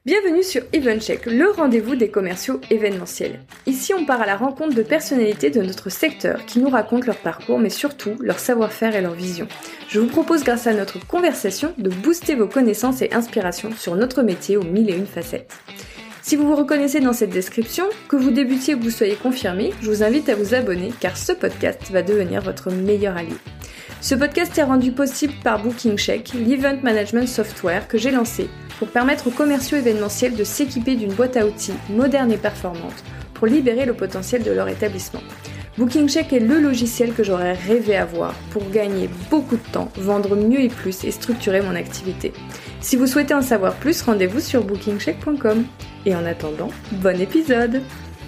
Bienvenue sur EventCheck, le rendez-vous des commerciaux événementiels. Ici, on part à la rencontre de personnalités de notre secteur qui nous racontent leur parcours, mais surtout leur savoir-faire et leur vision. Je vous propose, grâce à notre conversation, de booster vos connaissances et inspirations sur notre métier aux 1001 facettes. Si vous vous reconnaissez dans cette description, que vous débutiez ou que vous soyez confirmé, je vous invite à vous abonner car ce podcast va devenir votre meilleur allié. Ce podcast est rendu possible par BookingCheck, l'event management software que j'ai lancé pour permettre aux commerciaux événementiels de s'équiper d'une boîte à outils moderne et performante pour libérer le potentiel de leur établissement. BookingCheck est le logiciel que j'aurais rêvé avoir pour gagner beaucoup de temps, vendre mieux et plus et structurer mon activité. Si vous souhaitez en savoir plus, rendez-vous sur bookingcheck.com. Et en attendant, bon épisode!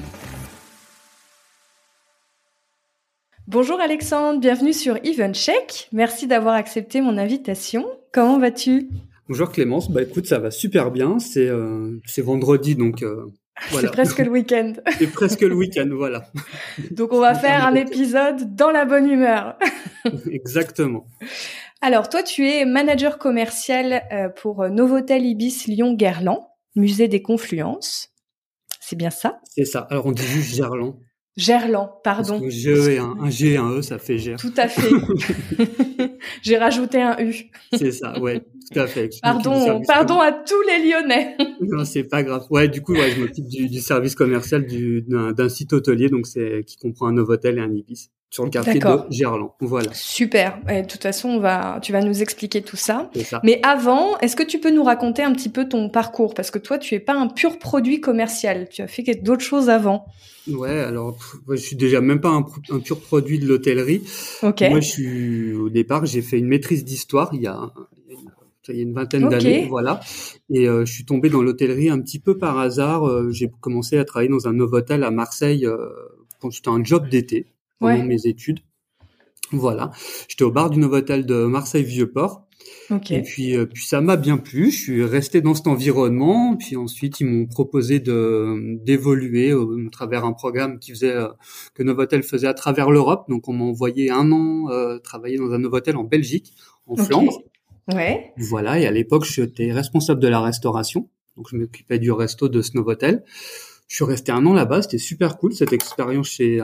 Bonjour Alexandre, bienvenue sur EventCheck. Merci d'avoir accepté mon invitation. Comment vas-tu? Bonjour Clémence, écoute, ça va super bien. C'est vendredi, donc voilà. C'est presque le week-end. C'est presque le week-end, voilà. Donc on va faire un épisode dans la bonne humeur. Exactement. Alors toi, tu es manager commercial pour Novotel Ibis Lyon-Guerlain, musée des Confluences. C'est bien ça? C'est ça. Alors on dit juste Gerland. Gerland, pardon. Parce que un G et un E, ça fait Ger. Tout à fait. J'ai rajouté un U. C'est ça, ouais, tout à fait. Pardon à tous les Lyonnais. Non, c'est pas grave. Ouais, du coup, je m'occupe du service commercial d'un site hôtelier, donc qui comprend un Novotel et un Ibis sur le quartier de Gerland. Voilà. Super. Et de toute façon, tu vas nous expliquer tout ça. C'est ça. Mais avant, est-ce que tu peux nous raconter un petit peu ton parcours? Parce que toi, tu es pas un pur produit commercial. Tu as fait d'autres choses avant. Ouais, alors je suis déjà même pas un pur produit de l'hôtellerie. Okay. Moi, au départ, j'ai fait une maîtrise d'histoire il y a une vingtaine d'années, voilà. Et je suis tombé dans l'hôtellerie un petit peu par hasard. J'ai commencé à travailler dans un Novotel à Marseille quand j'étais en job d'été pendant mes études. Voilà, j'étais au bar du Novotel de Marseille Vieux-Port. Okay. Et puis ça m'a bien plu. Je suis resté dans cet environnement. Puis ensuite, ils m'ont proposé d'évoluer à travers un programme que Novotel faisait à travers l'Europe. Donc, on m'a envoyé 1 an travailler dans un Novotel en Belgique, en Flandre. Ouais. Voilà. Et à l'époque, j'étais responsable de la restauration. Donc, je m'occupais du resto de ce Novotel. Je suis resté 1 an là-bas. C'était super cool cette expérience chez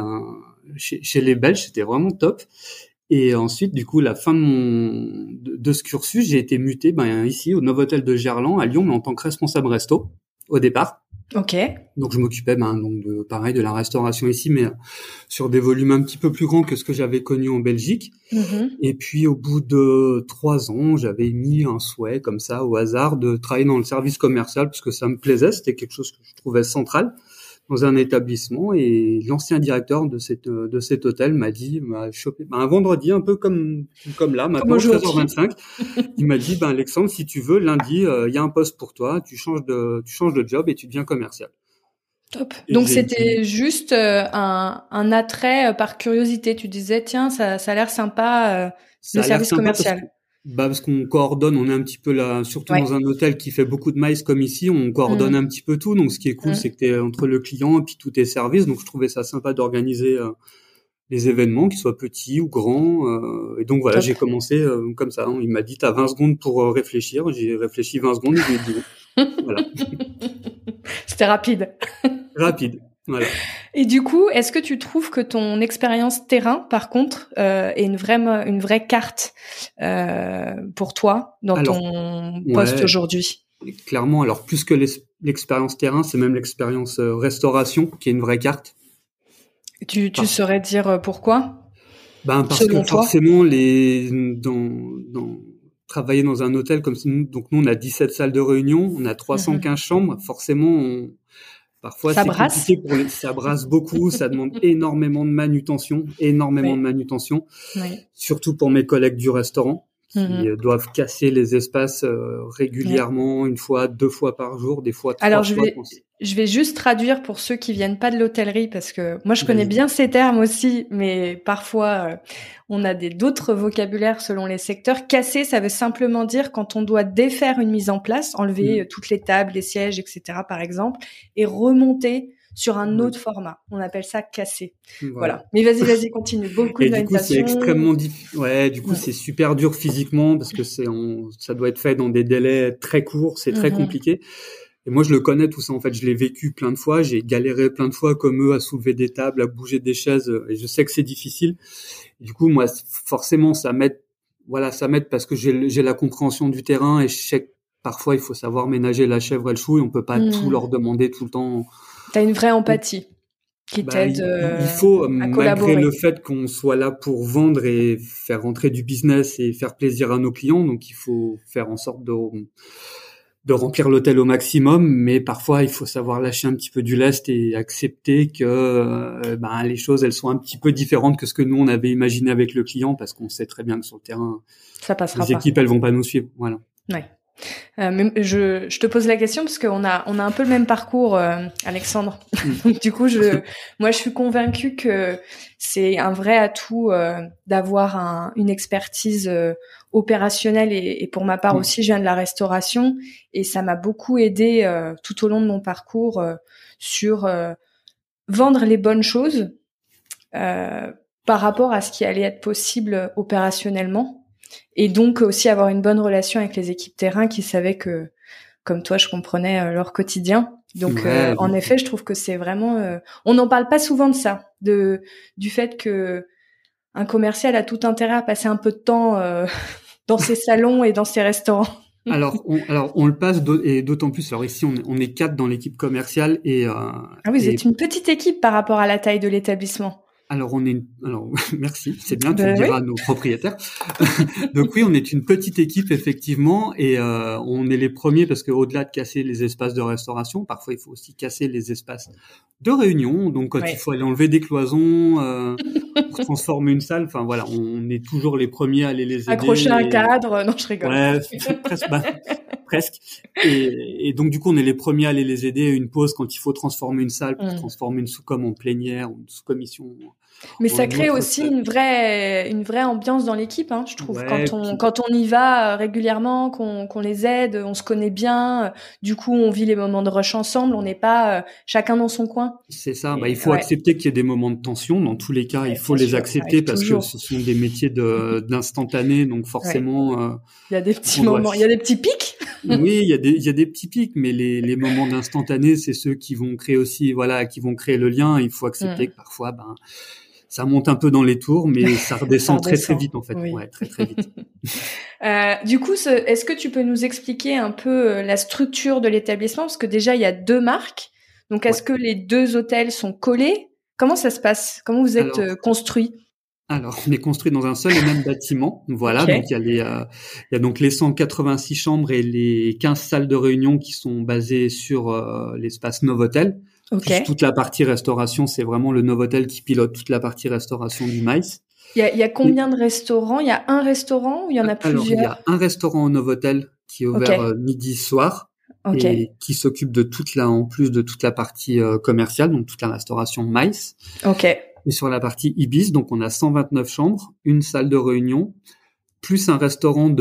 les Belges. C'était vraiment top. Et ensuite, du coup, la fin de ce cursus, j'ai été muté ici au Novotel de Gerland à Lyon, mais en tant que responsable resto au départ. Ok. Donc je m'occupais de la restauration ici, mais sur des volumes un petit peu plus grands que ce que j'avais connu en Belgique. Mm-hmm. Et puis au bout de 3 ans, j'avais mis un souhait comme ça au hasard de travailler dans le service commercial parce que ça me plaisait, c'était quelque chose que je trouvais central dans un établissement, et l'ancien directeur de cet hôtel m'a chopé un vendredi, un peu comme là maintenant, 13h25. Il m'a dit Alexandre, si tu veux, lundi il y a un poste pour toi, tu changes de job et tu deviens commercial. Top. Donc c'était juste un attrait par curiosité. Tu disais tiens, ça a l'air sympa le service commercial. Parce qu'on coordonne, on est un petit peu là, surtout dans un hôtel qui fait beaucoup de miles comme ici, on coordonne un petit peu tout. Donc, ce qui est cool, c'est que t'es entre le client et puis tous tes services. Donc, je trouvais ça sympa d'organiser les événements, qu'ils soient petits ou grands. Et donc, voilà, j'ai commencé comme ça. Il m'a dit, t'as 20 secondes pour réfléchir. J'ai réfléchi 20 secondes et je lui ai dit non. Voilà. C'était rapide. Rapide. Voilà. Et du coup, est-ce que tu trouves que ton expérience terrain, par contre, est une vraie carte pour toi dans ton poste aujourd'hui? Clairement, alors plus que l'expérience terrain, c'est même l'expérience restauration qui est une vraie carte. Tu saurais dire pourquoi? Parce que forcément, travailler dans un hôtel comme nous, donc nous on a 17 salles de réunion, on a 315 chambres, forcément parfois, ça c'est brasse. compliqué ça brasse beaucoup, ça demande énormément de manutention, surtout pour mes collègues du restaurant qui doivent casser les espaces régulièrement, 1 fois, 2 fois par jour, des fois 3 fois. Alors, je vais juste traduire pour ceux qui viennent pas de l'hôtellerie parce que moi, je connais bien ces termes aussi, mais parfois, on a d'autres vocabulaires selon les secteurs. Casser, ça veut simplement dire quand on doit défaire une mise en place, enlever toutes les tables, les sièges, etc., par exemple, et remonter sur un autre format. On appelle ça casser. Voilà. Mais vas-y, continue. Beaucoup de du coup, c'est extrêmement difficile. Ouais, du coup, c'est super dur physiquement parce que ça doit être fait dans des délais très courts, c'est très compliqué. Et moi, je le connais tout ça. En fait, je l'ai vécu plein de fois. J'ai galéré plein de fois comme eux à soulever des tables, à bouger des chaises. Et je sais que c'est difficile. Et du coup, moi, forcément, ça m'aide. Voilà, ça m'aide parce que j'ai la compréhension du terrain et je sais que parfois il faut savoir ménager la chèvre et le chou et on peut pas tout leur demander tout le temps. T'as une vraie empathie qui Bah, t'aide il faut, à malgré collaborer. le fait qu'on soit là pour vendre et faire rentrer du business et faire plaisir à nos clients, donc il faut faire en sorte de remplir l'hôtel au maximum, mais parfois il faut savoir lâcher un petit peu du lest et accepter que les choses elles sont un petit peu différentes que ce que nous on avait imaginé avec le client parce qu'on sait très bien que sur le terrain Ça passera les pas. équipes elles vont pas nous suivre. Voilà. Ouais. Mais je te pose la question parce qu'on a un peu le même parcours, Alexandre. Donc du coup, moi, je suis convaincue que c'est un vrai atout d'avoir une expertise opérationnelle et pour ma part aussi, je viens de la restauration et ça m'a beaucoup aidé tout au long de mon parcours sur vendre les bonnes choses par rapport à ce qui allait être possible opérationnellement. Et donc aussi avoir une bonne relation avec les équipes terrain qui savaient que, comme toi, je comprenais leur quotidien. Donc en effet, je trouve que c'est vraiment. On n'en parle pas souvent de ça, du fait que un commercial a tout intérêt à passer un peu de temps dans ses salons et dans ses restaurants. Alors on le passe et d'autant plus. Alors ici on est 4 dans l'équipe commerciale et Ah oui, vous êtes une petite équipe par rapport à la taille de l'établissement. Alors merci, c'est bien, tu le diras à nos propriétaires. Donc oui, on est une petite équipe effectivement et on est les premiers parce que au-delà de casser les espaces de restauration, parfois il faut aussi casser les espaces de réunion. Donc quand il faut aller enlever des cloisons pour transformer une salle, enfin voilà, on est toujours les premiers à aller les aider. Accrocher un cadre, non je rigole. Ouais, presque. Et donc, du coup, on est les premiers à aller les aider à une pause quand il faut transformer une salle pour transformer une sous-com en plénière ou une sous-commission. Mais ça crée aussi une vraie ambiance dans l'équipe, hein, je trouve. Ouais, quand on y va régulièrement, qu'on les aide, on se connaît bien. Du coup, on vit les moments de rush ensemble. On n'est pas chacun dans son coin. C'est ça. Il faut accepter qu'il y ait des moments de tension. Dans tous les cas, il faut les accepter parce que ce sont des métiers d'instantané. Donc forcément, il y a des petits moments, il y a des petits pics. Oui, il y a des petits pics, mais les moments d'instantané, c'est ceux qui vont créer aussi, qui vont créer le lien. Il faut accepter que parfois, ça monte un peu dans les tours, mais ça redescend très très vite en fait. Oui. Ouais, très très vite. Du coup, est-ce que tu peux nous expliquer un peu la structure de l'établissement? Parce que déjà, il y a 2 marques. Donc, est-ce que les 2 hôtels sont collés? Comment ça se passe? Comment vous êtes construit? Alors, on est construit dans un seul et même bâtiment. Voilà, donc il y a donc les 186 chambres et les 15 salles de réunion qui sont basées sur l'espace Novotel. Plus toute la partie restauration, c'est vraiment le Novotel qui pilote toute la partie restauration du Maïs. Il y a combien de restaurants? Il y a un restaurant ou il y en a plusieurs? Alors, il y a un restaurant au Novotel qui est ouvert midi soir et qui s'occupe de en plus de toute la partie commerciale, donc toute la restauration Maïs. Et sur la partie Ibis, donc on a 129 chambres, une salle de réunion, plus un restaurant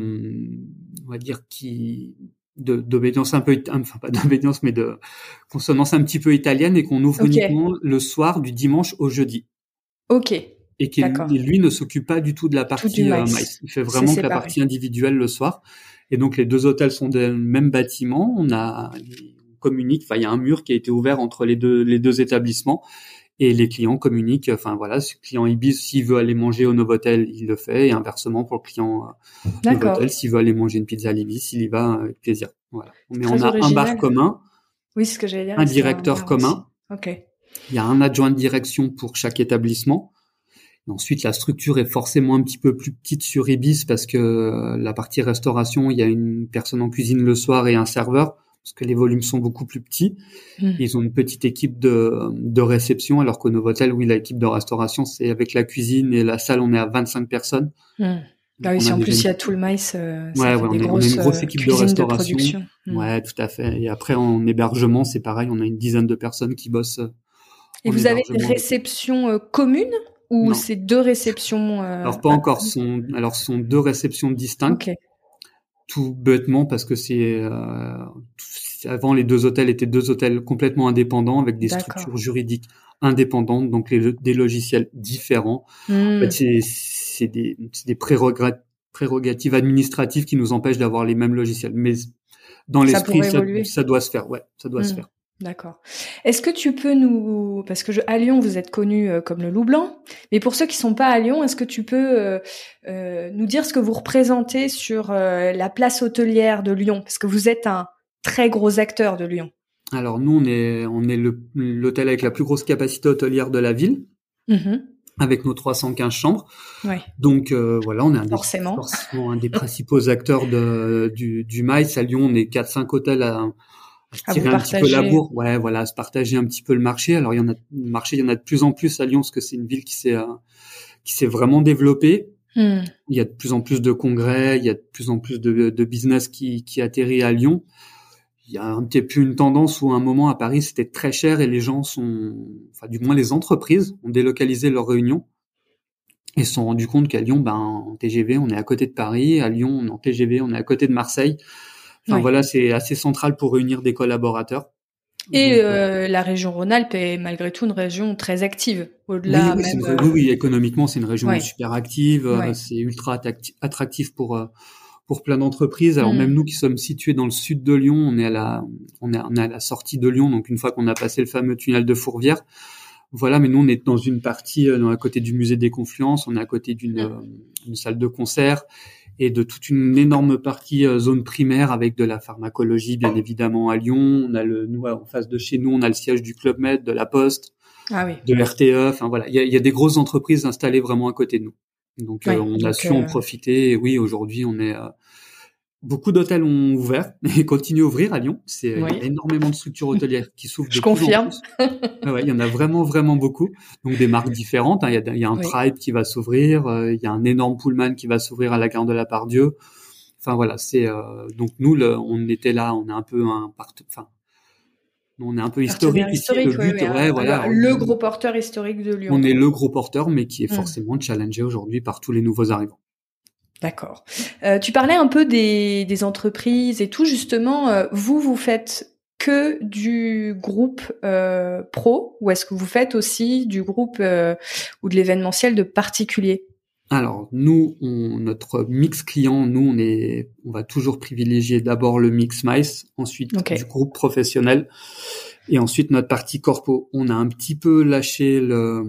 on va dire d'obédience un peu, enfin pas d'obédience, mais de consonance un petit peu italienne et qu'on ouvre uniquement le soir du dimanche au jeudi. Et qui lui ne s'occupe pas du tout de la partie Maïs. Il fait vraiment que la partie individuelle le soir. Et donc les 2 hôtels sont dans le même bâtiment. On communique. Enfin, il y a un mur qui a été ouvert entre les deux établissements. Et les clients communiquent, si le client Ibis, s'il veut aller manger au Novotel, il le fait, et inversement pour le client Novotel, s'il veut aller manger une pizza à l'Ibis, il y va avec plaisir. Voilà. Mais on a un bar commun, oui, ce que j'allais dire, un directeur commun, il y a un adjoint de direction pour chaque établissement. Et ensuite, la structure est forcément un petit peu plus petite sur Ibis parce que la partie restauration, il y a une personne en cuisine le soir et un serveur, parce que les volumes sont beaucoup plus petits. Ils ont une petite équipe de réception, alors qu'au Novotel, oui, l'équipe de restauration, c'est avec la cuisine et la salle, on est à 25 personnes. Bah oui, si en plus il y a tout le maïs, on a une grosse équipe de restauration. Ouais, tout à fait. Et après, en hébergement, c'est pareil, on a une dizaine de personnes qui bossent. Et vous avez des réceptions communes ou c'est 2 réceptions Alors pas encore, sont 2 réceptions distinctes. Tout bêtement parce que avant les 2 hôtels étaient 2 hôtels complètement indépendants avec des structures juridiques indépendantes, donc des logiciels différents. En fait, c'est des prérogatives administratives qui nous empêchent d'avoir les mêmes logiciels. Mais dans Ça l'esprit, pourrait évoluer. ça doit se faire. Ouais, ça doit se faire. D'accord. Est-ce que tu peux parce que à Lyon, vous êtes connu comme le loup blanc, mais pour ceux qui sont pas à Lyon, est-ce que tu peux nous dire ce que vous représentez sur la place hôtelière de Lyon? Parce que vous êtes un très gros acteur de Lyon. Alors nous, on est l'hôtel avec la plus grosse capacité hôtelière de la ville, avec nos 315 chambres. Ouais. Donc voilà, on est forcément un des principaux acteurs du MICE. À Lyon, on est 4-5 hôtels à se tirer un petit peu la bourre. Ouais, voilà, à se partager un petit peu le marché. Alors il y en a de plus en plus à Lyon parce que c'est une ville qui s'est vraiment développée. Il y a de plus en plus de congrès, il y a de plus en plus de business qui atterrit à Lyon. Il y a un petit peu une tendance où à un moment à Paris c'était très cher et les gens du moins les entreprises ont délocalisé leurs réunions et se sont rendus compte qu'à Lyon, en TGV on est à côté de Paris, à Lyon en TGV on est à côté de Marseille. Enfin voilà, c'est assez central pour réunir des collaborateurs. Et donc, la région Rhône-Alpes est malgré tout une région très active. Au-delà oui, économiquement c'est une région super active, Ouais. c'est ultra attractif pour plein d'entreprises. Alors même nous qui sommes situés dans le sud de Lyon, on est à la sortie de Lyon, donc une fois qu'on a passé le fameux tunnel de Fourvière, voilà. Mais nous on est dans une partie à côté du musée des Confluences, on est à côté d'une salle de concert et de toute une énorme partie zone primaire avec de la pharmacologie bien évidemment à Lyon. On a nous en face de chez nous, on a le siège du Club Med, de la Poste, de RTE. Enfin voilà, il y a des grosses entreprises installées vraiment à côté de nous. Donc on a su en profiter. Et oui, aujourd'hui, on est beaucoup d'hôtels ont ouvert et continuent à ouvrir à Lyon. Il y a énormément de structures hôtelières qui s'ouvrent de plus en plus. Je confirme. Il y en a vraiment vraiment beaucoup. Donc des marques différentes. Il y a un Tribe qui va s'ouvrir. Il y a un énorme Pullman qui va s'ouvrir à la gare de la Part-Dieu. Enfin voilà, donc nous on était là. On est un peu on est un peu historique ici. Le but, voilà. Le gros porteur historique de Lyon. On est le gros porteur, mais qui est forcément challengé aujourd'hui par tous les nouveaux arrivants. D'accord. Tu parlais un peu des entreprises et tout. Justement, vous faites que du groupe pro ou est-ce que vous faites aussi du groupe ou de l'événementiel de particuliers? Alors nous, notre mix client, nous on va toujours privilégier d'abord le mix MICE, ensuite du groupe professionnel et ensuite notre partie corpo. On a un petit peu lâché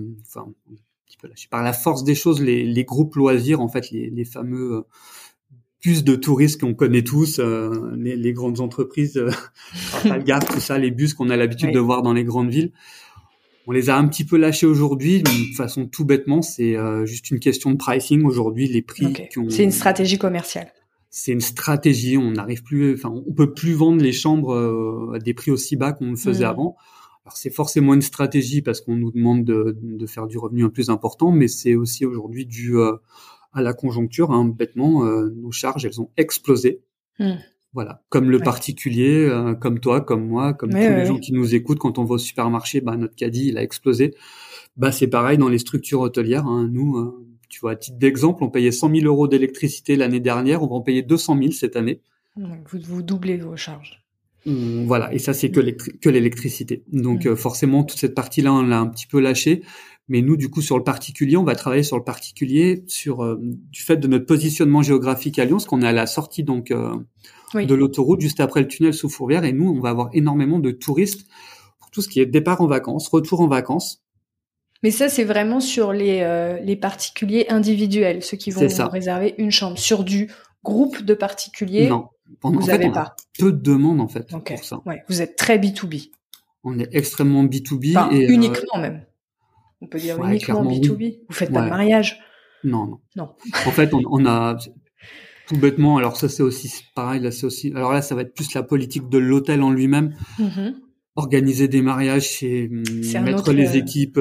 par la force des choses les groupes loisirs, en fait les fameux bus de touristes qu'on connaît tous, les grandes entreprises, Trafalgar, tout ça, les bus qu'on a l'habitude de voir dans les grandes villes. On les a un petit peu lâchés aujourd'hui, de toute façon tout bêtement, c'est juste une question de pricing aujourd'hui, les prix. C'est une stratégie commerciale. C'est une stratégie, on peut plus vendre les chambres à des prix aussi bas qu'on le faisait avant. Alors c'est forcément une stratégie parce qu'on nous demande de faire du revenu un peu plus important, mais c'est aussi aujourd'hui dû à la conjoncture. Bêtement, nos charges elles ont explosé. Voilà, comme le particulier, comme toi, comme moi, comme tous les gens qui nous écoutent, quand on va au supermarché, notre caddie il a explosé. C'est pareil dans les structures hôtelières. Nous, tu vois, à titre d'exemple, on payait 100 000 euros d'électricité l'année dernière, on va en payer 200 000 cette année. Vous doublez vos charges. Voilà, et ça c'est que l'électricité. Donc forcément toute cette partie-là on l'a un petit peu lâchée, mais nous du coup sur le particulier, on va travailler sur le particulier du fait de notre positionnement géographique à Lyon, parce qu'on est à la sortie donc de l'autoroute juste après le tunnel sous Fourvière, et nous on va avoir énormément de touristes pour tout ce qui est départ en vacances, retour en vacances. Mais ça c'est vraiment sur les particuliers individuels, ceux qui vont réserver une chambre. Sur du groupe de particuliers. Non. Vous n'avez pas. Peu de demandes en fait pour ça. Ouais, vous êtes très B2B. On est extrêmement B2B et uniquement même. On peut dire uniquement B2B. Oui. Vous faites pas de mariage. Non. En fait, on a tout bêtement. Alors ça c'est aussi pareil. Là c'est aussi. Alors là ça va être plus la politique de l'hôtel en lui-même. Organiser des mariages, c'est mettre les équipes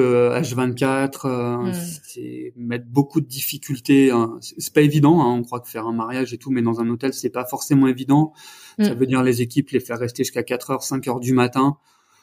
H24, c'est mettre beaucoup de difficultés. C'est pas évident, on croit que faire un mariage et tout, mais dans un hôtel, c'est pas forcément évident. Ça veut dire les équipes les faire rester jusqu'à 4h, 5h du matin.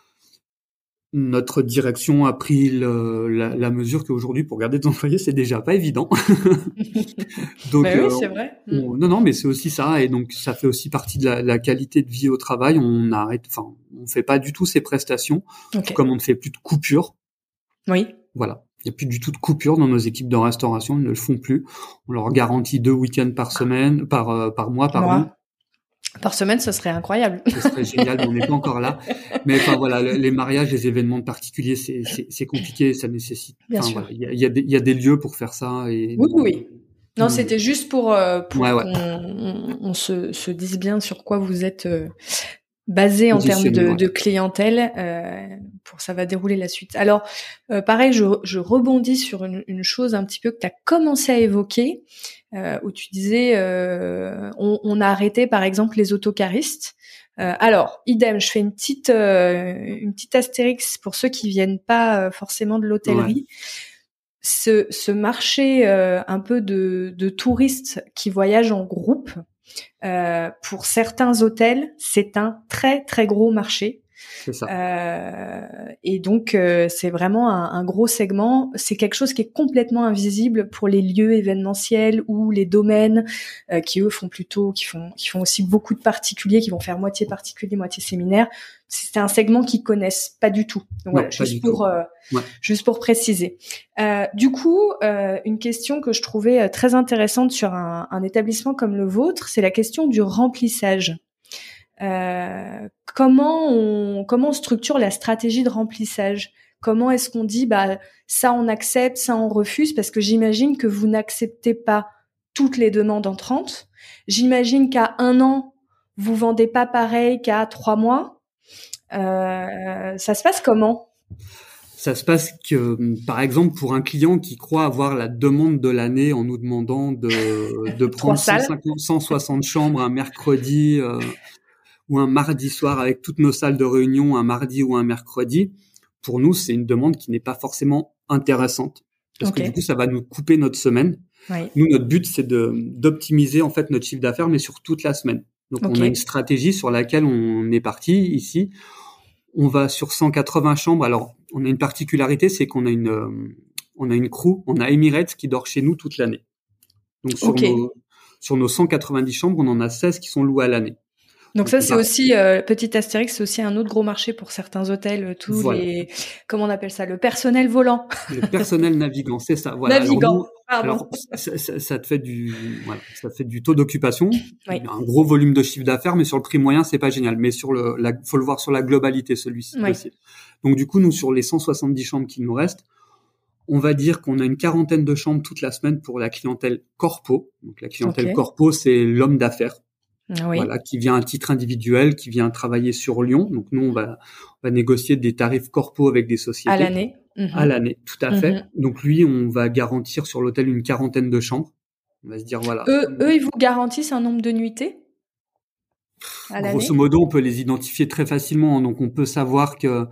Notre direction a pris la mesure qu'aujourd'hui, pour garder des employés, c'est déjà pas évident. Donc, oui, c'est vrai. Non, mais c'est aussi ça, et donc ça fait aussi partie de la qualité de vie au travail. On fait pas du tout ces prestations, tout comme on ne fait plus de coupures. Oui. Voilà. Il n'y a plus du tout de coupures dans nos équipes de restauration, ils ne le font plus. On leur garantit 2 week-ends par semaine, par mois, pardon. Par semaine, ce serait incroyable. Ce serait génial, mais on n'est pas encore là. Mais enfin voilà, les mariages, les événements particuliers, c'est compliqué, ça nécessite. Bien Enfin sûr. voilà, il y a des lieux pour faire ça et Oui. Non, nous, c'était juste pour ouais. qu'on se dise bien sur quoi vous êtes basé en termes de clientèle. Pour ça va dérouler la suite. Alors, pareil, je rebondis sur une chose un petit peu que tu as commencé à évoquer, où tu disais, on a arrêté par exemple les autocaristes. Alors, idem, je fais une petite astérix pour ceux qui viennent pas forcément de l'hôtellerie. Ouais. Ce marché un peu de touristes qui voyagent en groupe, pour certains hôtels, c'est un très très gros marché. C'est ça. Et donc c'est vraiment un gros segment. C'est quelque chose qui est complètement invisible pour les lieux événementiels ou les domaines qui eux qui font aussi beaucoup de particuliers, qui vont faire moitié particulier, moitié séminaire. C'est un segment qu'ils connaissent pas du tout. Donc Non, voilà, juste pour préciser. Du coup, une question que je trouvais très intéressante sur un établissement comme le vôtre, c'est la question du remplissage. Comment on structure la stratégie de remplissage? Comment est-ce qu'on dit ça on accepte, ça on refuse? Parce que j'imagine que vous n'acceptez pas toutes les demandes entrantes. J'imagine qu'à 1 an vous vendez pas pareil qu'à 3 mois. Ça se passe comment? Ça se passe que, par exemple, pour un client qui croit avoir la demande de l'année en nous demandant de prendre 160 chambres un mercredi ou un mardi soir avec toutes nos salles de réunion un mardi ou un mercredi, pour nous, c'est une demande qui n'est pas forcément intéressante. Parce que du coup, ça va nous couper notre semaine. Oui. Nous, notre but, c'est d'optimiser en fait notre chiffre d'affaires, mais sur toute la semaine. Donc, on a une stratégie sur laquelle on est parti ici. On va sur 180 chambres. Alors, on a une particularité, c'est qu'on a une crew, on a Emirates qui dort chez nous toute l'année. Donc, sur nos 190 chambres, on en a 16 qui sont louées à l'année. Donc ça, c'est aussi, petit astérix, c'est aussi un autre gros marché pour certains hôtels, comment on appelle ça, le personnel volant. Le personnel navigant, c'est ça. Voilà. Navigant, alors ça te fait ça fait du taux d'occupation, oui. Un gros volume de chiffre d'affaires, mais sur le prix moyen, c'est pas génial. Mais faut le voir sur la globalité, celui-ci. Oui. Donc du coup, nous, sur les 170 chambres qui nous restent, on va dire qu'on a une 40aine de chambres toute la semaine pour la clientèle corpo. Donc la clientèle corpo, c'est l'homme d'affaires. Oui. Voilà, qui vient à titre individuel, qui vient travailler sur Lyon. Donc nous, on va négocier des tarifs corpo avec des sociétés. À l'année. À l'année, tout à fait. Donc lui, on va garantir sur l'hôtel une 40aine de chambres. On va se dire voilà. Eux, ils vous garantissent un nombre de nuitées à l'année? Grosso modo, on peut les identifier très facilement. Donc on peut savoir que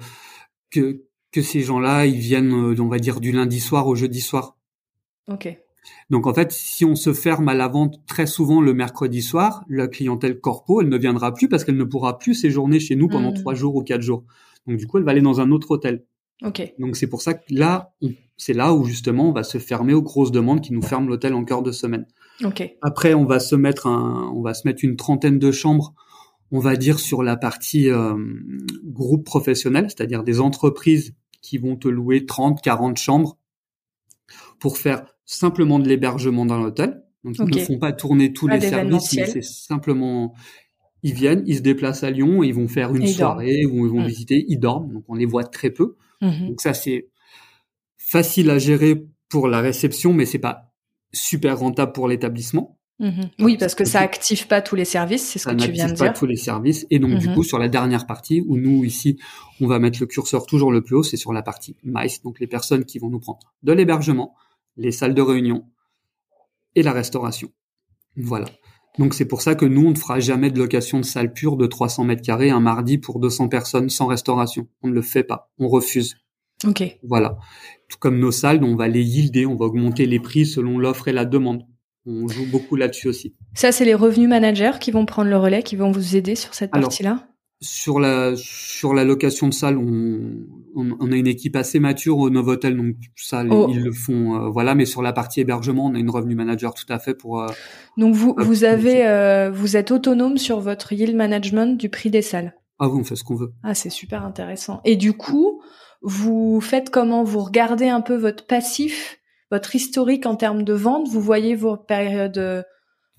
ces gens-là, ils viennent, on va dire, du lundi soir au jeudi soir. Ok. Donc en fait, si on se ferme à la vente très souvent le mercredi soir, la clientèle corpo, elle ne viendra plus parce qu'elle ne pourra plus séjourner chez nous pendant 3 jours ou 4 jours. Donc du coup, elle va aller dans un autre hôtel. Ok. Donc c'est pour ça que là, c'est là où justement on va se fermer aux grosses demandes qui nous ferment l'hôtel en cœur de semaine. Ok. Après, on va se mettre une 30aine de chambres, on va dire sur la partie groupe professionnel, c'est-à-dire des entreprises qui vont te louer 30, 40 chambres pour faire simplement de l'hébergement dans l'hôtel. Donc, ils ne font pas tourner tous les services, mais c'est simplement, ils viennent, ils se déplacent à Lyon, ils vont faire une soirée où ils vont visiter, ils dorment. Donc, on les voit très peu. Donc, ça, c'est facile à gérer pour la réception, mais c'est pas super rentable pour l'établissement. Oui, parce que ça active pas tous les services, c'est ce que tu viens de dire. Ça n'active pas tous les services. Et donc, du coup, sur la dernière partie, où nous, ici, on va mettre le curseur toujours le plus haut, c'est sur la partie MICE. Donc, les personnes qui vont nous prendre de l'hébergement, les salles de réunion et la restauration. Voilà. Donc, c'est pour ça que nous, on ne fera jamais de location de salle pure de 300 mètres carrés un mardi pour 200 personnes sans restauration. On ne le fait pas. On refuse. Ok. Voilà. Tout comme nos salles, on va les yielder, on va augmenter les prix selon l'offre et la demande. On joue beaucoup là-dessus aussi. Ça, c'est les revenus managers qui vont prendre le relais, qui vont vous aider sur cette partie-là? Sur la location de salle, on a une équipe assez mature au Novotel, donc ça, ils le font, voilà. Mais sur la partie hébergement, on a une revenu manager tout à fait pour. Donc vous êtes autonome sur votre yield management du prix des salles. Ah oui, on fait ce qu'on veut. Ah, c'est super intéressant. Et du coup, vous faites comment? Vous regardez un peu votre passif, votre historique en termes de vente. Vous voyez vos périodes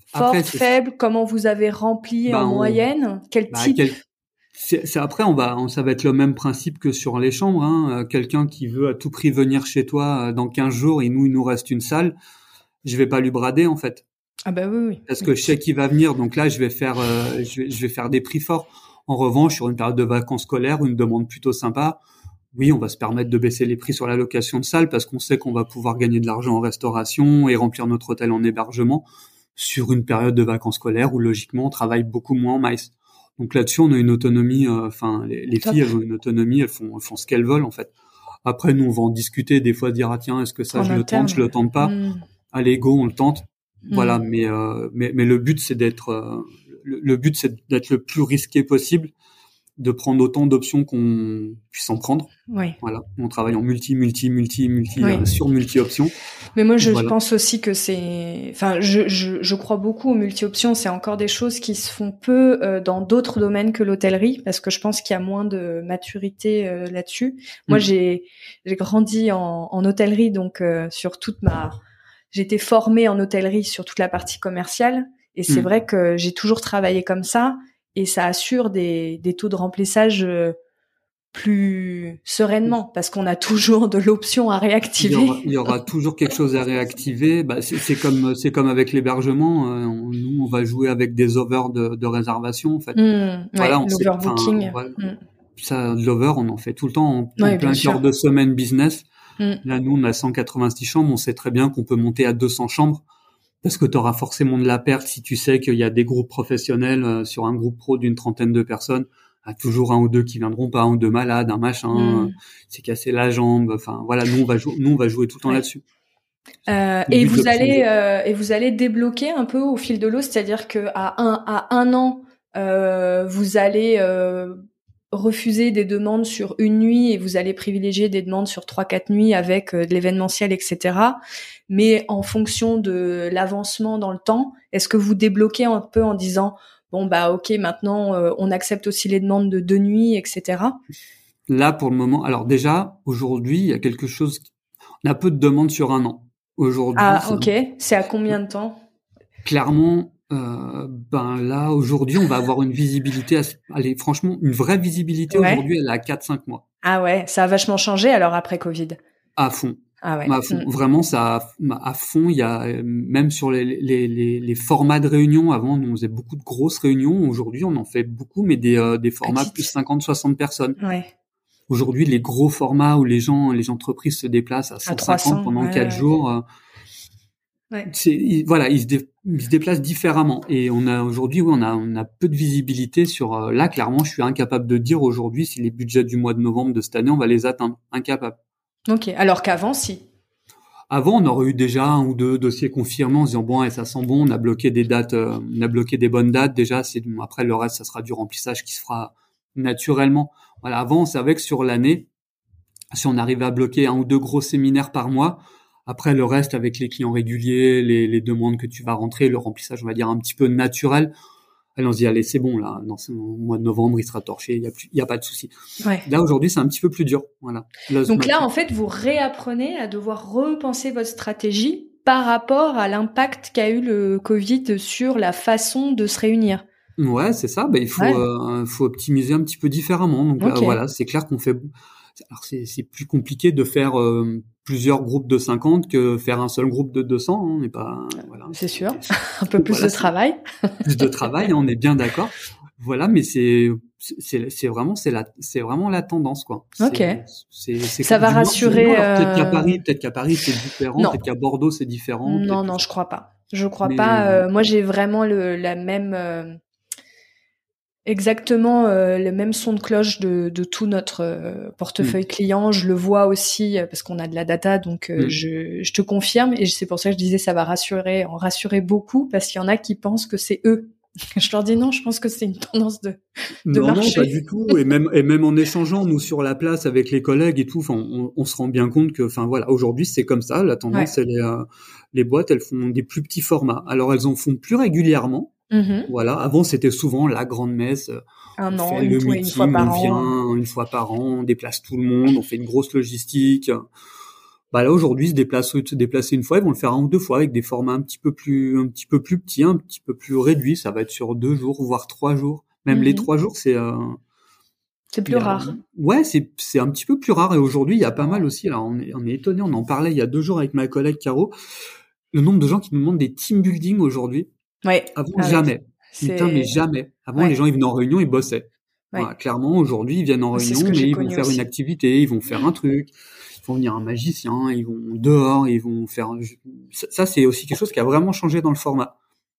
Forte, faible, comment vous avez rempli en moyenne, quel type? Après, ça va être le même principe que sur les chambres, hein. Quelqu'un qui veut à tout prix venir chez toi dans 15 jours et il nous reste une salle, je vais pas lui brader, en fait. Ah bah oui. Parce que je sais qu'il va venir, donc là, je vais faire des prix forts. En revanche, sur une période de vacances scolaires, une demande plutôt sympa, oui, on va se permettre de baisser les prix sur la location de salle parce qu'on sait qu'on va pouvoir gagner de l'argent en restauration et remplir notre hôtel en hébergement sur une période de vacances scolaires où, logiquement, on travaille beaucoup moins en MICE. Donc là-dessus, on a une autonomie, les filles, elles ont une autonomie, elles font ce qu'elles veulent, en fait. Après, nous, on va en discuter, des fois dire, ah tiens, est-ce que ça, je le tente pas? Allez, go, on le tente. Voilà, mais le but, c'est d'être le plus risqué possible, de prendre autant d'options qu'on puisse en prendre. Oui. Voilà, on travaille en multi sur multi-options. Mais moi, je pense aussi que je crois beaucoup aux multi-options. C'est encore des choses qui se font peu dans d'autres domaines que l'hôtellerie, parce que je pense qu'il y a moins de maturité là-dessus. Moi, j'ai grandi en hôtellerie, donc j'ai été formée en hôtellerie sur toute la partie commerciale, et c'est vrai que j'ai toujours travaillé comme ça, et ça assure des taux de remplissage plus sereinement, parce qu'on a toujours de l'option à réactiver. Il y aura toujours quelque chose à réactiver. C'est comme avec l'hébergement. Nous, on va jouer avec des overs de réservation, en fait. L'overbooking. Ça, l'over, on en fait tout le temps en plein cœur de semaine business. Là, nous, on a 186 chambres. On sait très bien qu'on peut monter à 200 chambres parce que tu auras forcément de la perte si tu sais qu'il y a des groupes professionnels sur un groupe pro d'une 30aine de personnes. À toujours un ou deux qui viendront pas, un ou deux malades, un machin, c'est cassé la jambe. Enfin, voilà, nous, on va jouer tout le temps là-dessus. Et vous allez débloquer un peu au fil de l'eau, c'est-à-dire que à un an, vous allez refuser des demandes sur une nuit et vous allez privilégier des demandes sur 3-4 nuits avec de l'événementiel, etc. Mais en fonction de l'avancement dans le temps, est-ce que vous débloquez un peu en disant bon ok, maintenant on accepte aussi les demandes de 2 nuits, etc. Là pour le moment, alors déjà aujourd'hui il y a quelque chose, on a peu de demandes sur un an. Aujourd'hui. Ah ok, c'est à combien de temps? Clairement. Là aujourd'hui on va avoir une visibilité franchement une vraie visibilité aujourd'hui, elle est à 4-5 mois. Ah ouais, ça a vachement changé alors après Covid. À fond. Ah ouais. À fond. Vraiment ça à fond, il y a même sur les formats de réunions, avant on faisait beaucoup de grosses réunions, aujourd'hui on en fait beaucoup mais des formats plus 50-60 personnes. Ouais. Aujourd'hui les gros formats où les entreprises se déplacent à 150 pendant 4 jours. Ils se déplacent différemment et on a aujourd'hui on a peu de visibilité sur là. Clairement je suis incapable de dire aujourd'hui si les budgets du mois de novembre de cette année on va les atteindre, incapable. Ok, alors qu'avant si. Avant on aurait eu déjà un ou deux dossiers confirmés en se disant bon ça sent bon, on a bloqué des dates, on a bloqué des bonnes dates déjà, après le reste ça sera du remplissage qui se fera naturellement. Voilà, avant on savait que sur l'année si on arrivait à bloquer un ou deux gros séminaires par mois, après, le reste, avec les clients réguliers, les demandes que tu vas rentrer, le remplissage, on va dire, un petit peu naturel. Allez, on se dit, allez, c'est bon, là, au mois de novembre, il sera torché, il y a pas de souci. Ouais. Là, aujourd'hui, c'est un petit peu plus dur. Voilà. Donc là, en fait, vous réapprenez à devoir repenser votre stratégie par rapport à l'impact qu'a eu le Covid sur la façon de se réunir. Ouais, c'est ça. Il faut optimiser un petit peu différemment. Donc voilà, c'est clair qu'on fait. Alors c'est plus compliqué de faire plusieurs groupes de 50 que faire un seul groupe de 200. On n'est pas. Voilà. C'est sûr. Un peu plus de travail. Plus de travail, on est bien d'accord. Voilà, mais c'est vraiment la tendance quoi. Ok. Ça va rassurer. Peut-être qu'à Paris c'est différent. Non. Peut-être qu'à Bordeaux c'est différent. Non, je crois pas. Moi, j'ai vraiment la même. Exactement le même son de cloche de tout notre portefeuille client. Je le vois aussi parce qu'on a de la data, donc je te confirme, et c'est pour ça que je disais ça va en rassurer beaucoup, parce qu'il y en a qui pensent que c'est eux. Je leur dis non, je pense que c'est une tendance de marché. Non, pas du tout. Et même en échangeant, nous, sur la place avec les collègues et tout, on se rend bien compte que, voilà, aujourd'hui, c'est comme ça. La tendance, les boîtes, elles font des plus petits formats. Alors, elles en font plus régulièrement. Voilà. Avant, c'était souvent la grande messe. Un an, une fois par an. Une fois par an, on déplace tout le monde, on fait une grosse logistique. Bah là aujourd'hui, se déplacer une fois, ils vont le faire 1 ou 2 fois avec des formats un petit peu plus petits, un petit peu plus réduits. Ça va être sur 2 jours, voire 3 jours. Même les 3 jours, c'est plus rare. Ouais, c'est un petit peu plus rare. Et aujourd'hui, il y a pas mal aussi. Alors on est étonné. On en parlait il y a 2 jours avec ma collègue Caro. Le nombre de gens qui nous demandent des team building aujourd'hui. Ouais. Avant, jamais. Putain, mais jamais. Avant, les gens, ils venaient en réunion, ils bossaient. Ouais. Voilà, clairement, aujourd'hui, ils viennent en réunion, mais ils vont faire une activité, ils vont faire un truc, ils vont venir un magicien, ils vont dehors, ils vont faire... Ça, c'est aussi quelque chose qui a vraiment changé dans le format.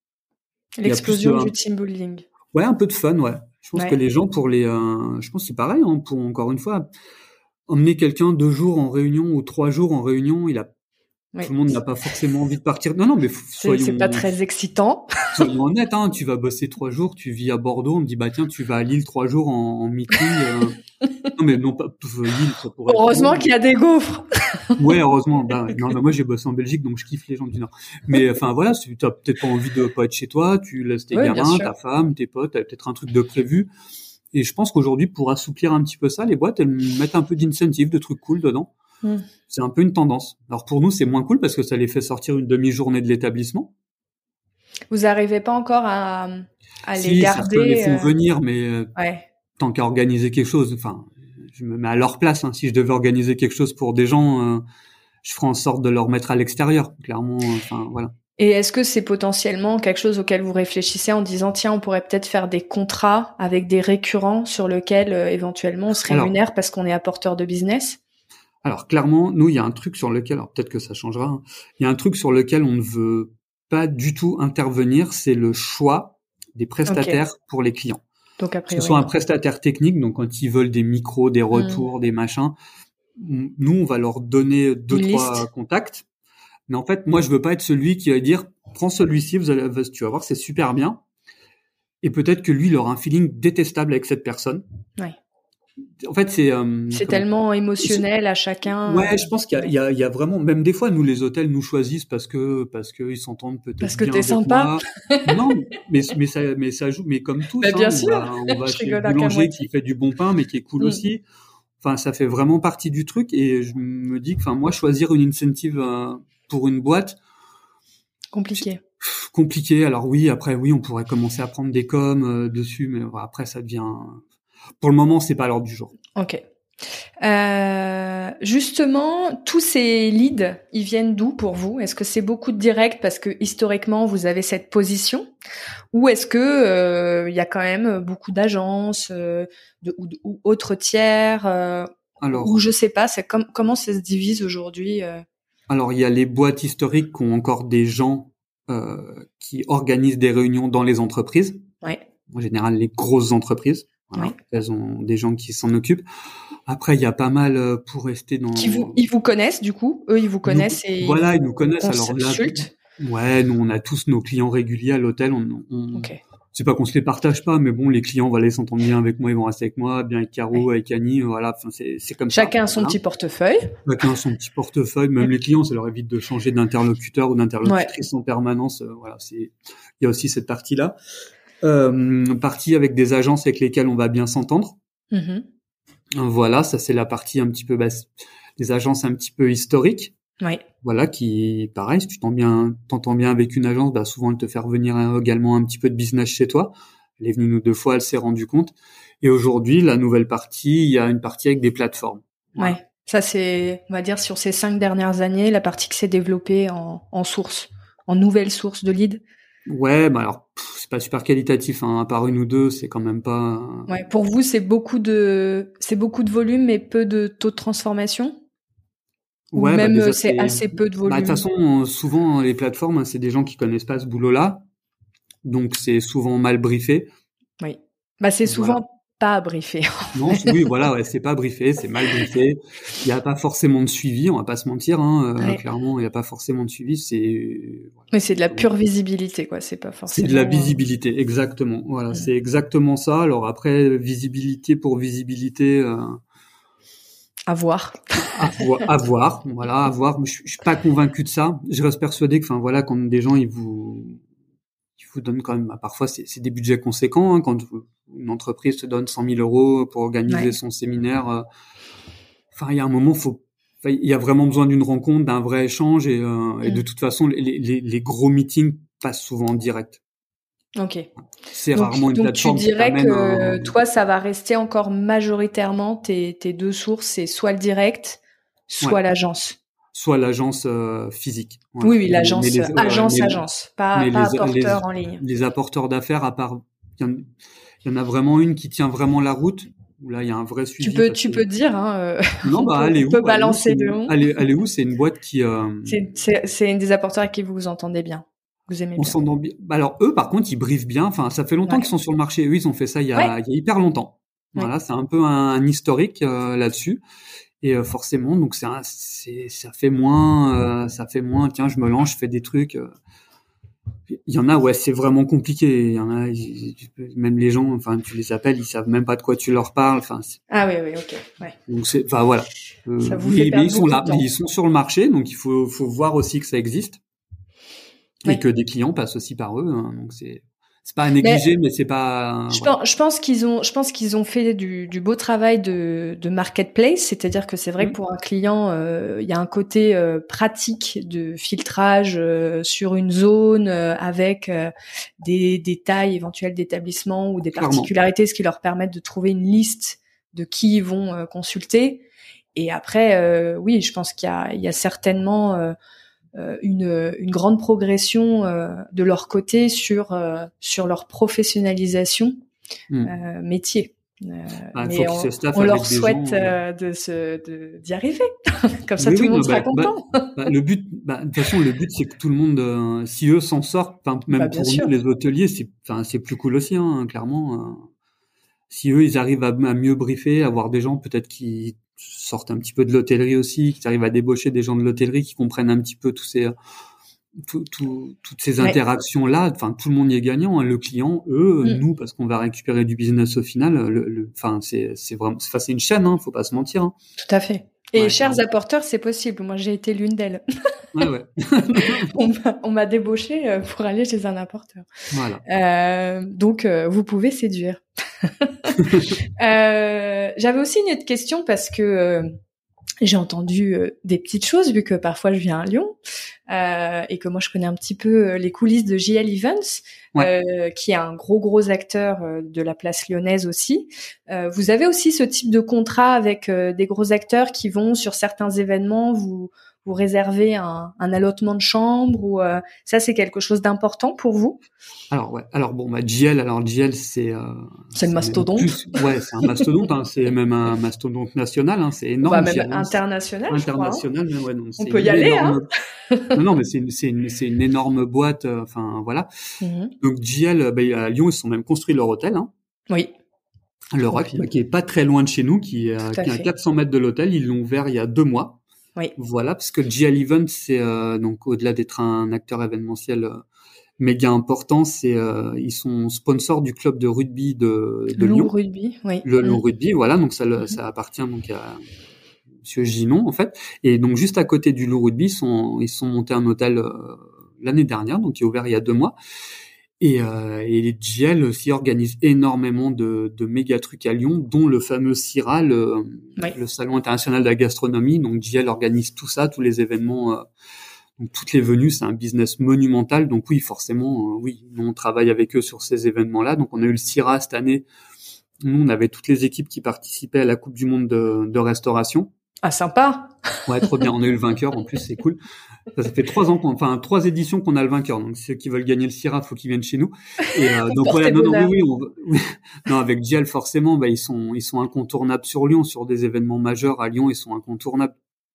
L'explosion du team building. Ouais, un peu de fun, ouais. Je pense que les gens, je pense que c'est pareil, hein, pour, encore une fois, emmener quelqu'un 2 jours en réunion ou 3 jours en réunion, tout le monde n'a pas forcément envie de partir. Non, mais c'est pas très excitant. Soyons honnêtes, hein, tu vas bosser 3 jours, tu vis à Bordeaux, on me dit, bah tiens, tu vas à Lille 3 jours en meeting. Non, mais non, pas Lille, ça pourrait heureusement qu'il y a des gaufres. Ouais, heureusement. Non, mais moi, j'ai bossé en Belgique, donc je kiffe les gens du Nord. Mais, enfin, voilà, si t'as peut-être pas envie de pas être chez toi, tu laisses tes gamins, ta femme, tes potes, t'as peut-être un truc de prévu. Et je pense qu'aujourd'hui, pour assouplir un petit peu ça, les boîtes, elles mettent un peu d'incentive, de trucs cool dedans. C'est un peu une tendance. Alors pour nous, c'est moins cool parce que ça les fait sortir une demi-journée de l'établissement. Vous arrivez pas encore à les garder. Certains les font venir, mais tant qu'à organiser quelque chose, enfin, je me mets à leur place. Hein. Si je devais organiser quelque chose pour des gens, je ferais en sorte de leur mettre à l'extérieur, clairement. Enfin, voilà. Et est-ce que c'est potentiellement quelque chose auquel vous réfléchissez en disant tiens, on pourrait peut-être faire des contrats avec des récurrents sur lesquels éventuellement on se rémunère parce qu'on est apporteur de business? Alors clairement, nous, il y a un truc sur lequel, alors peut-être que ça changera, hein, il y a un truc sur lequel on ne veut pas du tout intervenir, c'est le choix des prestataires pour les clients. Donc, que ce soit un prestataire technique, donc quand ils veulent des micros, des retours, des machins, nous, on va leur donner 2-3 contacts. Mais en fait, moi, je veux pas être celui qui va dire, prends celui-ci, tu vas voir, c'est super bien. Et peut-être que lui, il aura un feeling détestable avec cette personne. Ouais. En fait, c'est tellement émotionnel à chacun. Ouais, je pense qu'il y a vraiment, même des fois, nous les hôtels nous choisissent parce que ils s'entendent peut-être parce que bien t'es sympa. Non, mais ça joue, mais comme tous, bien sûr. On va chez le boulanger qui fait du bon pain, mais qui est cool aussi. Enfin, ça fait vraiment partie du truc et je me dis que, enfin, moi, choisir une incentive pour une boîte. Compliqué. Alors oui, après, oui, on pourrait commencer à prendre des coms dessus, mais après, ça devient. Pour le moment, c'est pas à l'ordre du jour. Ok. Justement, tous ces leads, ils viennent d'où pour vous? Est-ce que c'est beaucoup de direct parce que historiquement vous avez cette position, ou est-ce que il y a quand même beaucoup d'agences ou autres tiers, ou je sais pas, c'est comment ça se divise aujourd'hui? Alors il y a les boîtes historiques qui ont encore des gens qui organisent des réunions dans les entreprises. Ouais. En général, les grosses entreprises. Voilà, elles ont des gens qui s'en occupent. Après, il y a pas mal pour rester dans. Ils vous connaissent du coup. Eux, ils vous connaissent et. Voilà, ils nous connaissent. Alors là, ouais, nous on a tous nos clients réguliers à l'hôtel. C'est pas qu'on se les partage pas, mais bon, les clients, voilà, ils s'entendent bien avec moi, ils vont rester avec moi, bien avec Caro, avec Annie, voilà. Enfin, c'est comme ça. Chacun a son petit portefeuille. Chacun a son petit portefeuille. Même les clients, ça leur évite de changer d'interlocuteur ou d'interlocutrice en permanence. Voilà, il y a aussi cette partie-là. Partie avec des agences avec lesquelles on va bien s'entendre. Voilà, ça c'est la partie un petit peu des agences un petit peu historiques. Voilà, qui pareil, si tu t'entends bien avec une agence, souvent elle te fait revenir également un petit peu de business chez toi. Elle est venue nous 2 fois, elle s'est rendue compte. Et aujourd'hui, la nouvelle partie, il y a une partie avec des plateformes. Voilà. Ouais, ça c'est, on va dire, sur ces 5 dernières années, la partie qui s'est développée en source, en nouvelle source de lead. Ouais, alors c'est pas super qualitatif, hein, à part 1 ou 2, c'est quand même pas. Ouais, pour vous c'est beaucoup de volume mais peu de taux de transformation. Ou ouais, même déjà, c'est assez peu de volume. De toute façon, souvent les plateformes, c'est des gens qui connaissent pas ce boulot-là, donc c'est souvent mal briefé. Oui, c'est souvent pas briefé. Non, oui, voilà, ouais, c'est pas briefé, c'est mal briefé. Il y a pas forcément de suivi, on va pas se mentir, hein. Clairement, il y a pas forcément de suivi. Mais c'est de la pure visibilité, quoi. C'est pas forcément. C'est de la visibilité, exactement. Voilà, c'est exactement ça. Alors après, visibilité pour visibilité. À voir. À voir. Voilà, à voir. Je suis pas convaincu de ça. Je reste persuadé que, enfin voilà, quand des gens ils vous donnent quand même, parfois c'est des budgets conséquents, hein, quand une entreprise te donne 100 000 € pour organiser son séminaire. Enfin, il y a un moment, faut enfin, il y a vraiment besoin d'une rencontre, d'un vrai échange et de toute façon, les gros meetings passent souvent en direct. Ok. C'est rarement une Donc tu plateforme qui dirais t'amène que toi, ça va rester encore majoritairement tes deux sources, c'est soit le direct, ouais, soit l'agence. soit l'agence physique. Voilà. Oui, l'agence, Mais pas mais apporteur en ligne. les apporteurs d'affaires, à part, il y en a vraiment une qui tient vraiment la route, où là, il y a un vrai suivi. Tu peux dire, hein, Non, bah, on peut balancer de nom. Elle est où? C'est une boîte qui, C'est une des apporteurs avec qui vous vous entendez bien. Vous aimez on bien. s'entend bien. Bah, alors, eux, par contre, ils briefent bien. Enfin, ça fait longtemps Ouais. qu'ils sont sur le marché. Eux, ils ont fait ça il y Ouais. a hyper longtemps. Voilà, Ouais. c'est un peu un historique, là-dessus. Et forcément, donc ça fait moins, tiens, je me lance, je fais des trucs. Il y en a, ouais, c'est vraiment compliqué. Il y en a, même les gens, enfin, tu les appelles, ils savent même pas de quoi tu leur parles. Enfin, Ah oui, ok. Ouais. donc enfin voilà. Ça vous fait Mais perdre ils sont beaucoup là, de temps. ils sont sur le marché, donc il faut voir aussi que ça existe et que des clients passent aussi par eux. Hein, donc c'est pas à négliger, mais c'est pas. Voilà. Je pense qu'ils ont fait du beau travail de marketplace, c'est-à-dire que c'est vrai que pour un client, il y a un côté pratique de filtrage sur une zone avec des tailles éventuelles d'établissements ou des particularités, ce qui leur permettent de trouver une liste de qui ils vont consulter. Et après, oui, je pense qu'il y a certainement une grande progression de leur côté sur leur professionnalisation métier. Mais on leur souhaite d'y arriver. Comme ça, tout le monde sera content. Le but, de toute façon, le but, c'est que tout le monde, si eux s'en sortent, même pour nous, les hôteliers, c'est plus cool aussi, hein, clairement. Si eux, ils arrivent à mieux briefer, à avoir des gens peut-être qui sortent un petit peu de l'hôtellerie aussi, qui arrivent à débaucher des gens de l'hôtellerie, qui comprennent un petit peu toutes ces interactions-là. Enfin, tout le monde y est gagnant, hein. Le client, eux, nous, parce qu'on va récupérer du business au final. Enfin, c'est vraiment, c'est une chaîne, hein, faut pas se mentir. Hein. Tout à fait. Et chers apporteurs, c'est possible. Moi, j'ai été l'une d'elles. Ouais. on m'a débauché pour aller chez un apporteur. Voilà. Donc, vous pouvez séduire. J'avais aussi une autre question parce que j'ai entendu des petites choses vu que parfois je viens à Lyon et que moi je connais un petit peu les coulisses de JL Events, qui est un gros acteur de la place lyonnaise aussi. Vous avez aussi ce type de contrat avec des gros acteurs qui vont sur certains événements vous réserver un allotement de chambre ou ça c'est quelque chose d'important pour vous? Alors bon, JL c'est le mastodonte. C'est un mastodonte, hein, c'est même un mastodonte national, hein, c'est énorme. Même international, je crois. International, même, ouais, non, on peut y aller, hein. Non, mais c'est une énorme boîte, enfin voilà. Donc JL, à Lyon, ils se sont même construits leur hôtel, hein. Oui. Le Rock, qui est pas très loin de chez nous, qui est à 400 mètres de l'hôtel. Ils l'ont ouvert il y a 2 mois. Oui. Voilà, parce que JL Event, c'est donc au-delà d'être un acteur événementiel méga important, ils sont sponsors du club de rugby de Lyon. Rugby, oui. Le Loup Rugby, voilà, donc ça appartient donc à Monsieur Ginon en fait. Et donc juste à côté du Loup Rugby, ils sont montés un hôtel l'année dernière, donc qui est ouvert il y a 2 mois. Et les JL aussi organisent énormément de méga trucs à Lyon, dont le fameux CIRA, le Salon international de la gastronomie. Donc JL organise tout ça, tous les événements, donc toutes les venues. C'est un business monumental. Donc oui, forcément, nous on travaille avec eux sur ces événements-là. Donc on a eu le CIRA cette année. Nous on avait toutes les équipes qui participaient à la Coupe du Monde de restauration. Ah, sympa. Ouais, trop bien. On a eu le vainqueur. En plus, c'est cool. Ça fait 3 éditions qu'on a le vainqueur. Donc, ceux qui veulent gagner le CIRA, faut qu'ils viennent chez nous. Et donc voilà. Non, avec JL, forcément, ils sont incontournables sur Lyon, sur des événements majeurs à Lyon, ils sont incontournables.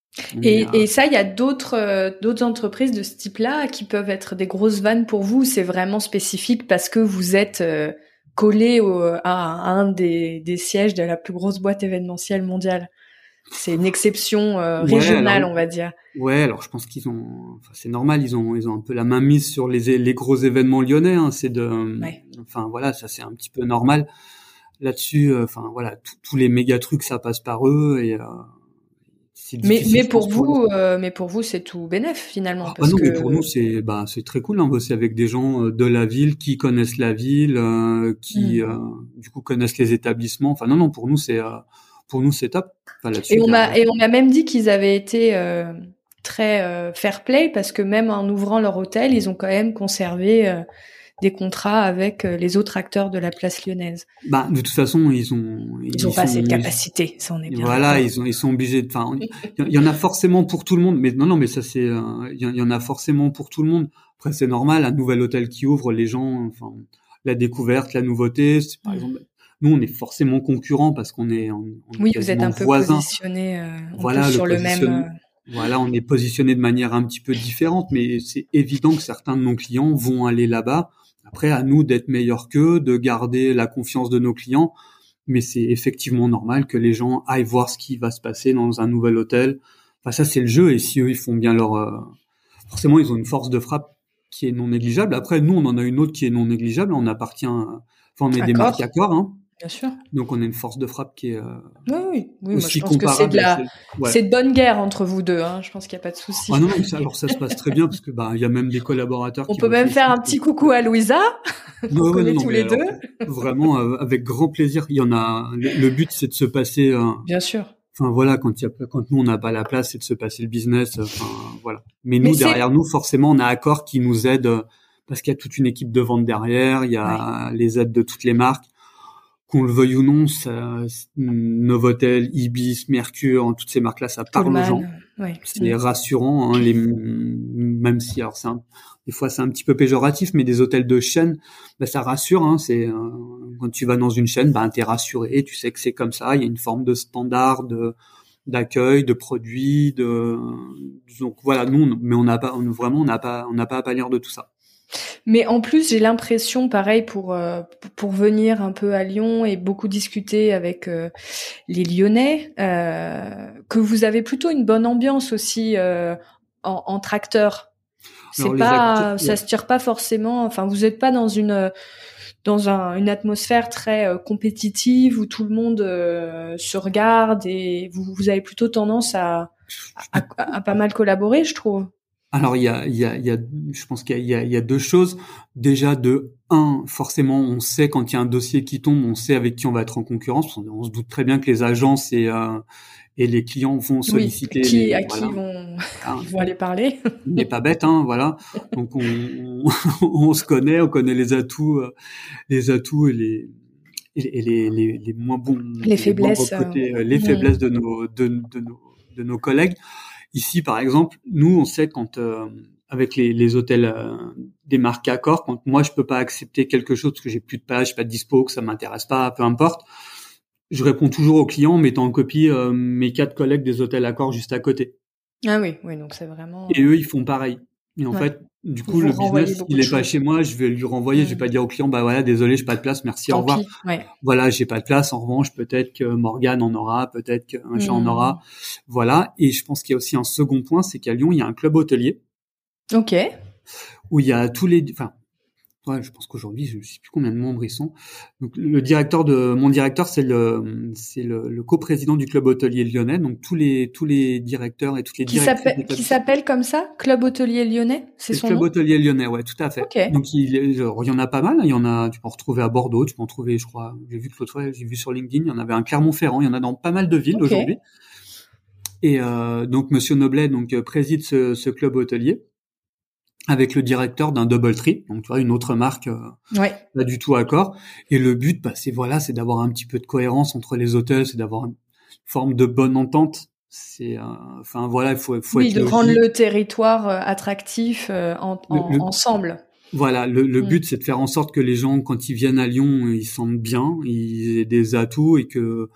Et ça, il y a d'autres entreprises de ce type-là qui peuvent être des grosses vannes pour vous. C'est vraiment spécifique parce que vous êtes collé à un des sièges de la plus grosse boîte événementielle mondiale. C'est une exception régionale, on va dire. Ouais, alors je pense c'est normal, ils ont un peu la main mise sur les gros événements lyonnais, hein, enfin voilà, ça c'est un petit peu normal là-dessus, enfin voilà, tous les méga trucs ça passe par eux et mais pour vous c'est tout bénef finalement parce mais pour nous c'est très cool hein, bosser avec des gens de la ville qui connaissent la ville, qui du coup connaissent les établissements. Enfin non pour nous pour nous c'est top. Enfin, là-dessus, Et on m'a même dit qu'ils avaient été très fair play parce que même en ouvrant leur hôtel, ils ont quand même conservé des contrats avec les autres acteurs de la place lyonnaise. Bah, de toute façon, ils ont pas assez de capacité, ça on est bien voilà, d'accord. ils sont obligés de, enfin, il y en a forcément pour tout le monde, mais non, mais ça c'est, il y en a forcément pour tout le monde. Après, c'est normal, un nouvel hôtel qui ouvre, les gens, enfin, la découverte, la nouveauté, c'est, par exemple, nous, on est forcément concurrents parce qu'on est, on est Oui, vous êtes quasiment un peu voisins. positionné Voilà, sur le même. voilà, on est positionné de manière un petit peu différente, mais c'est évident que certains de nos clients vont aller là-bas. Après, à nous d'être meilleurs qu'eux, de garder la confiance de nos clients. Mais c'est effectivement normal que les gens aillent voir ce qui va se passer dans un nouvel hôtel. Enfin, ça, c'est le jeu. Et si eux, ils font bien forcément, ils ont une force de frappe qui est non négligeable. Après, nous, on en a une autre qui est non négligeable. On appartient, enfin, on est des marques Accor, hein. Bien sûr. Donc, on a une force de frappe qui est oui, aussi moi, je pense comparable. Que c'est de bonne guerre entre vous deux. Hein. Je pense qu'il n'y a pas de souci. Ah non, alors ça se passe très bien parce que il y a même des collaborateurs. On peut même faire un petit coucou à Louisa. On connaît tous les deux. Vraiment, avec grand plaisir. Il y en a. Le but, c'est de se passer. Bien sûr. Enfin voilà, quand nous on n'a pas la place, c'est de se passer le business. Enfin voilà. Mais nous derrière nous, forcément, on a Accor qui nous aide parce qu'il y a toute une équipe de vente derrière. Il y a les aides de toutes les marques. Qu'on le veuille ou non, Novotel, Ibis, Mercure, toutes ces marques-là, ça parle aux gens. C'est rassurant, hein, même si alors des fois c'est un petit peu péjoratif, mais des hôtels de chaîne, ça rassure. Hein, c'est quand tu vas dans une chaîne, t'es rassuré, tu sais que c'est comme ça. Il y a une forme de standard d'accueil, de produits, donc voilà. Nous, mais on n'a pas à pâlir de tout ça. Mais en plus, j'ai l'impression, pareil, pour venir un peu à Lyon et beaucoup discuter avec les Lyonnais, que vous avez plutôt une bonne ambiance aussi entre acteurs. C'est pas, ça se tire pas forcément. Enfin, vous êtes pas dans une atmosphère très compétitive où tout le monde se regarde et vous avez plutôt tendance à pas mal collaborer, je trouve. Alors je pense qu'il y a deux choses. Déjà forcément on sait quand il y a un dossier qui tombe, on sait avec qui on va être en concurrence. On se doute très bien que les agences et les clients vont solliciter qui ils vont aller parler. On n'est pas bête, hein, voilà. Donc on se connaît, on connaît les atouts et les moins bons, les faiblesses, les faiblesses de nos collègues. Ici, par exemple, nous, on sait quand avec les hôtels des marques Accor, quand moi je peux pas accepter quelque chose parce que j'ai plus de page, pas de dispo, que ça m'intéresse pas, peu importe, je réponds toujours aux clients en mettant en copie mes 4 collègues des hôtels Accor juste à côté. Ah oui, donc c'est vraiment. Et eux, ils font pareil. Et en fait, du coup, le business, il est pas chez moi, je vais lui renvoyer, je vais pas dire au client, voilà, désolé, j'ai pas de place, merci, au revoir. Voilà, j'ai pas de place, en revanche, peut-être que Morgane en aura, peut-être que machin en aura. Voilà. Et je pense qu'il y a aussi un second point, c'est qu'à Lyon, il y a un club hôtelier. Ok. Où il y a je pense qu'aujourd'hui, je sais plus combien de membres ils sont. Donc, mon directeur, c'est le coprésident du club hôtelier lyonnais. Donc, tous les directeurs et toutes les directrices. Qui s'appelle comme ça? Club hôtelier lyonnais? C'est son club nom? hôtelier lyonnais, ouais, tout à fait. Okay. Donc, il y en a pas mal. Il y en a, tu peux en retrouver à Bordeaux, tu peux en trouver, je crois, j'ai vu que l'autre fois, j'ai vu sur LinkedIn, il y en avait un Clermont-Ferrand, il y en a dans pas mal de villes aujourd'hui. Et, donc, Monsieur Noblet, préside ce club hôtelier. Avec le directeur d'un DoubleTree, donc tu vois une autre marque pas du tout Accor. Et le but, c'est d'avoir un petit peu de cohérence entre les hôtels, c'est d'avoir une forme de bonne entente. C'est, il faut être de rendre le territoire attractif ensemble. Voilà, le but, c'est de faire en sorte que les gens, quand ils viennent à Lyon, ils sentent bien, ils aient des atouts et que,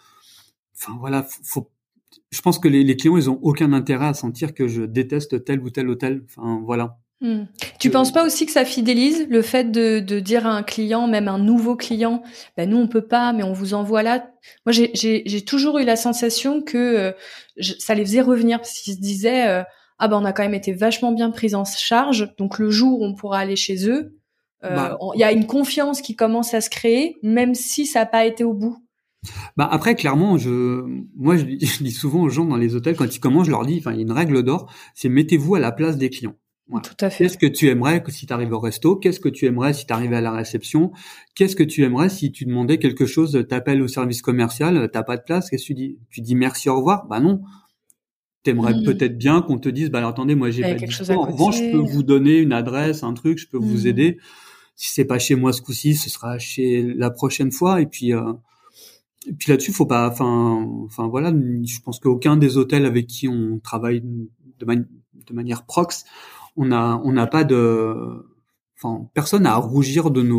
je pense que les clients, ils ont aucun intérêt à sentir que je déteste tel ou tel hôtel. Enfin, voilà. Tu penses pas aussi que ça fidélise le fait de dire à un client, même un nouveau client, nous on peut pas, mais on vous envoie là. Moi j'ai toujours eu la sensation que ça les faisait revenir parce qu'ils se disaient on a quand même été vachement bien pris en charge, donc le jour où on pourra aller chez eux, il y a une confiance qui commence à se créer, même si ça n'a pas été au bout. Après, clairement, je dis souvent aux gens dans les hôtels, quand ils commencent, je leur dis, il y a une règle d'or, c'est mettez-vous à la place des clients. Voilà. Tout à fait. Qu'est-ce que tu aimerais si tu arrives au resto? Qu'est-ce que tu aimerais si tu arrivais à la réception? Qu'est-ce que tu aimerais si tu demandais quelque chose, t'appelles au service commercial, t'as pas de place, qu'est-ce que tu dis? Tu dis merci, au revoir? Bah non. T'aimerais peut-être bien qu'on te dise, bah alors, attendez, moi j'ai pas de quelque chose dispo. à En revanche, je peux côté. vous donner une adresse, un truc, je peux vous aider. Si c'est pas chez moi ce coup-ci, ce sera chez la prochaine fois. Et puis là-dessus, faut pas, enfin voilà, je pense qu'aucun des hôtels avec qui on travaille de manière prox, on n'a pas de, enfin, personne n'a à rougir de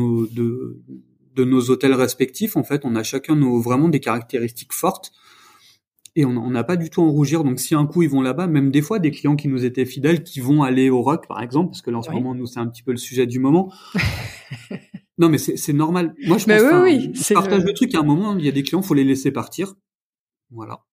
nos hôtels respectifs. En fait, on a chacun vraiment des caractéristiques fortes et on n'a pas du tout à en rougir. Donc, si un coup ils vont là-bas, même des fois des clients qui nous étaient fidèles, qui vont aller au Rock, par exemple, parce que là en ce moment, nous, c'est un petit peu le sujet du moment. Non, mais c'est normal. Moi, je pense, je partage le truc. À un moment, il y a des clients, faut les laisser partir. Voilà.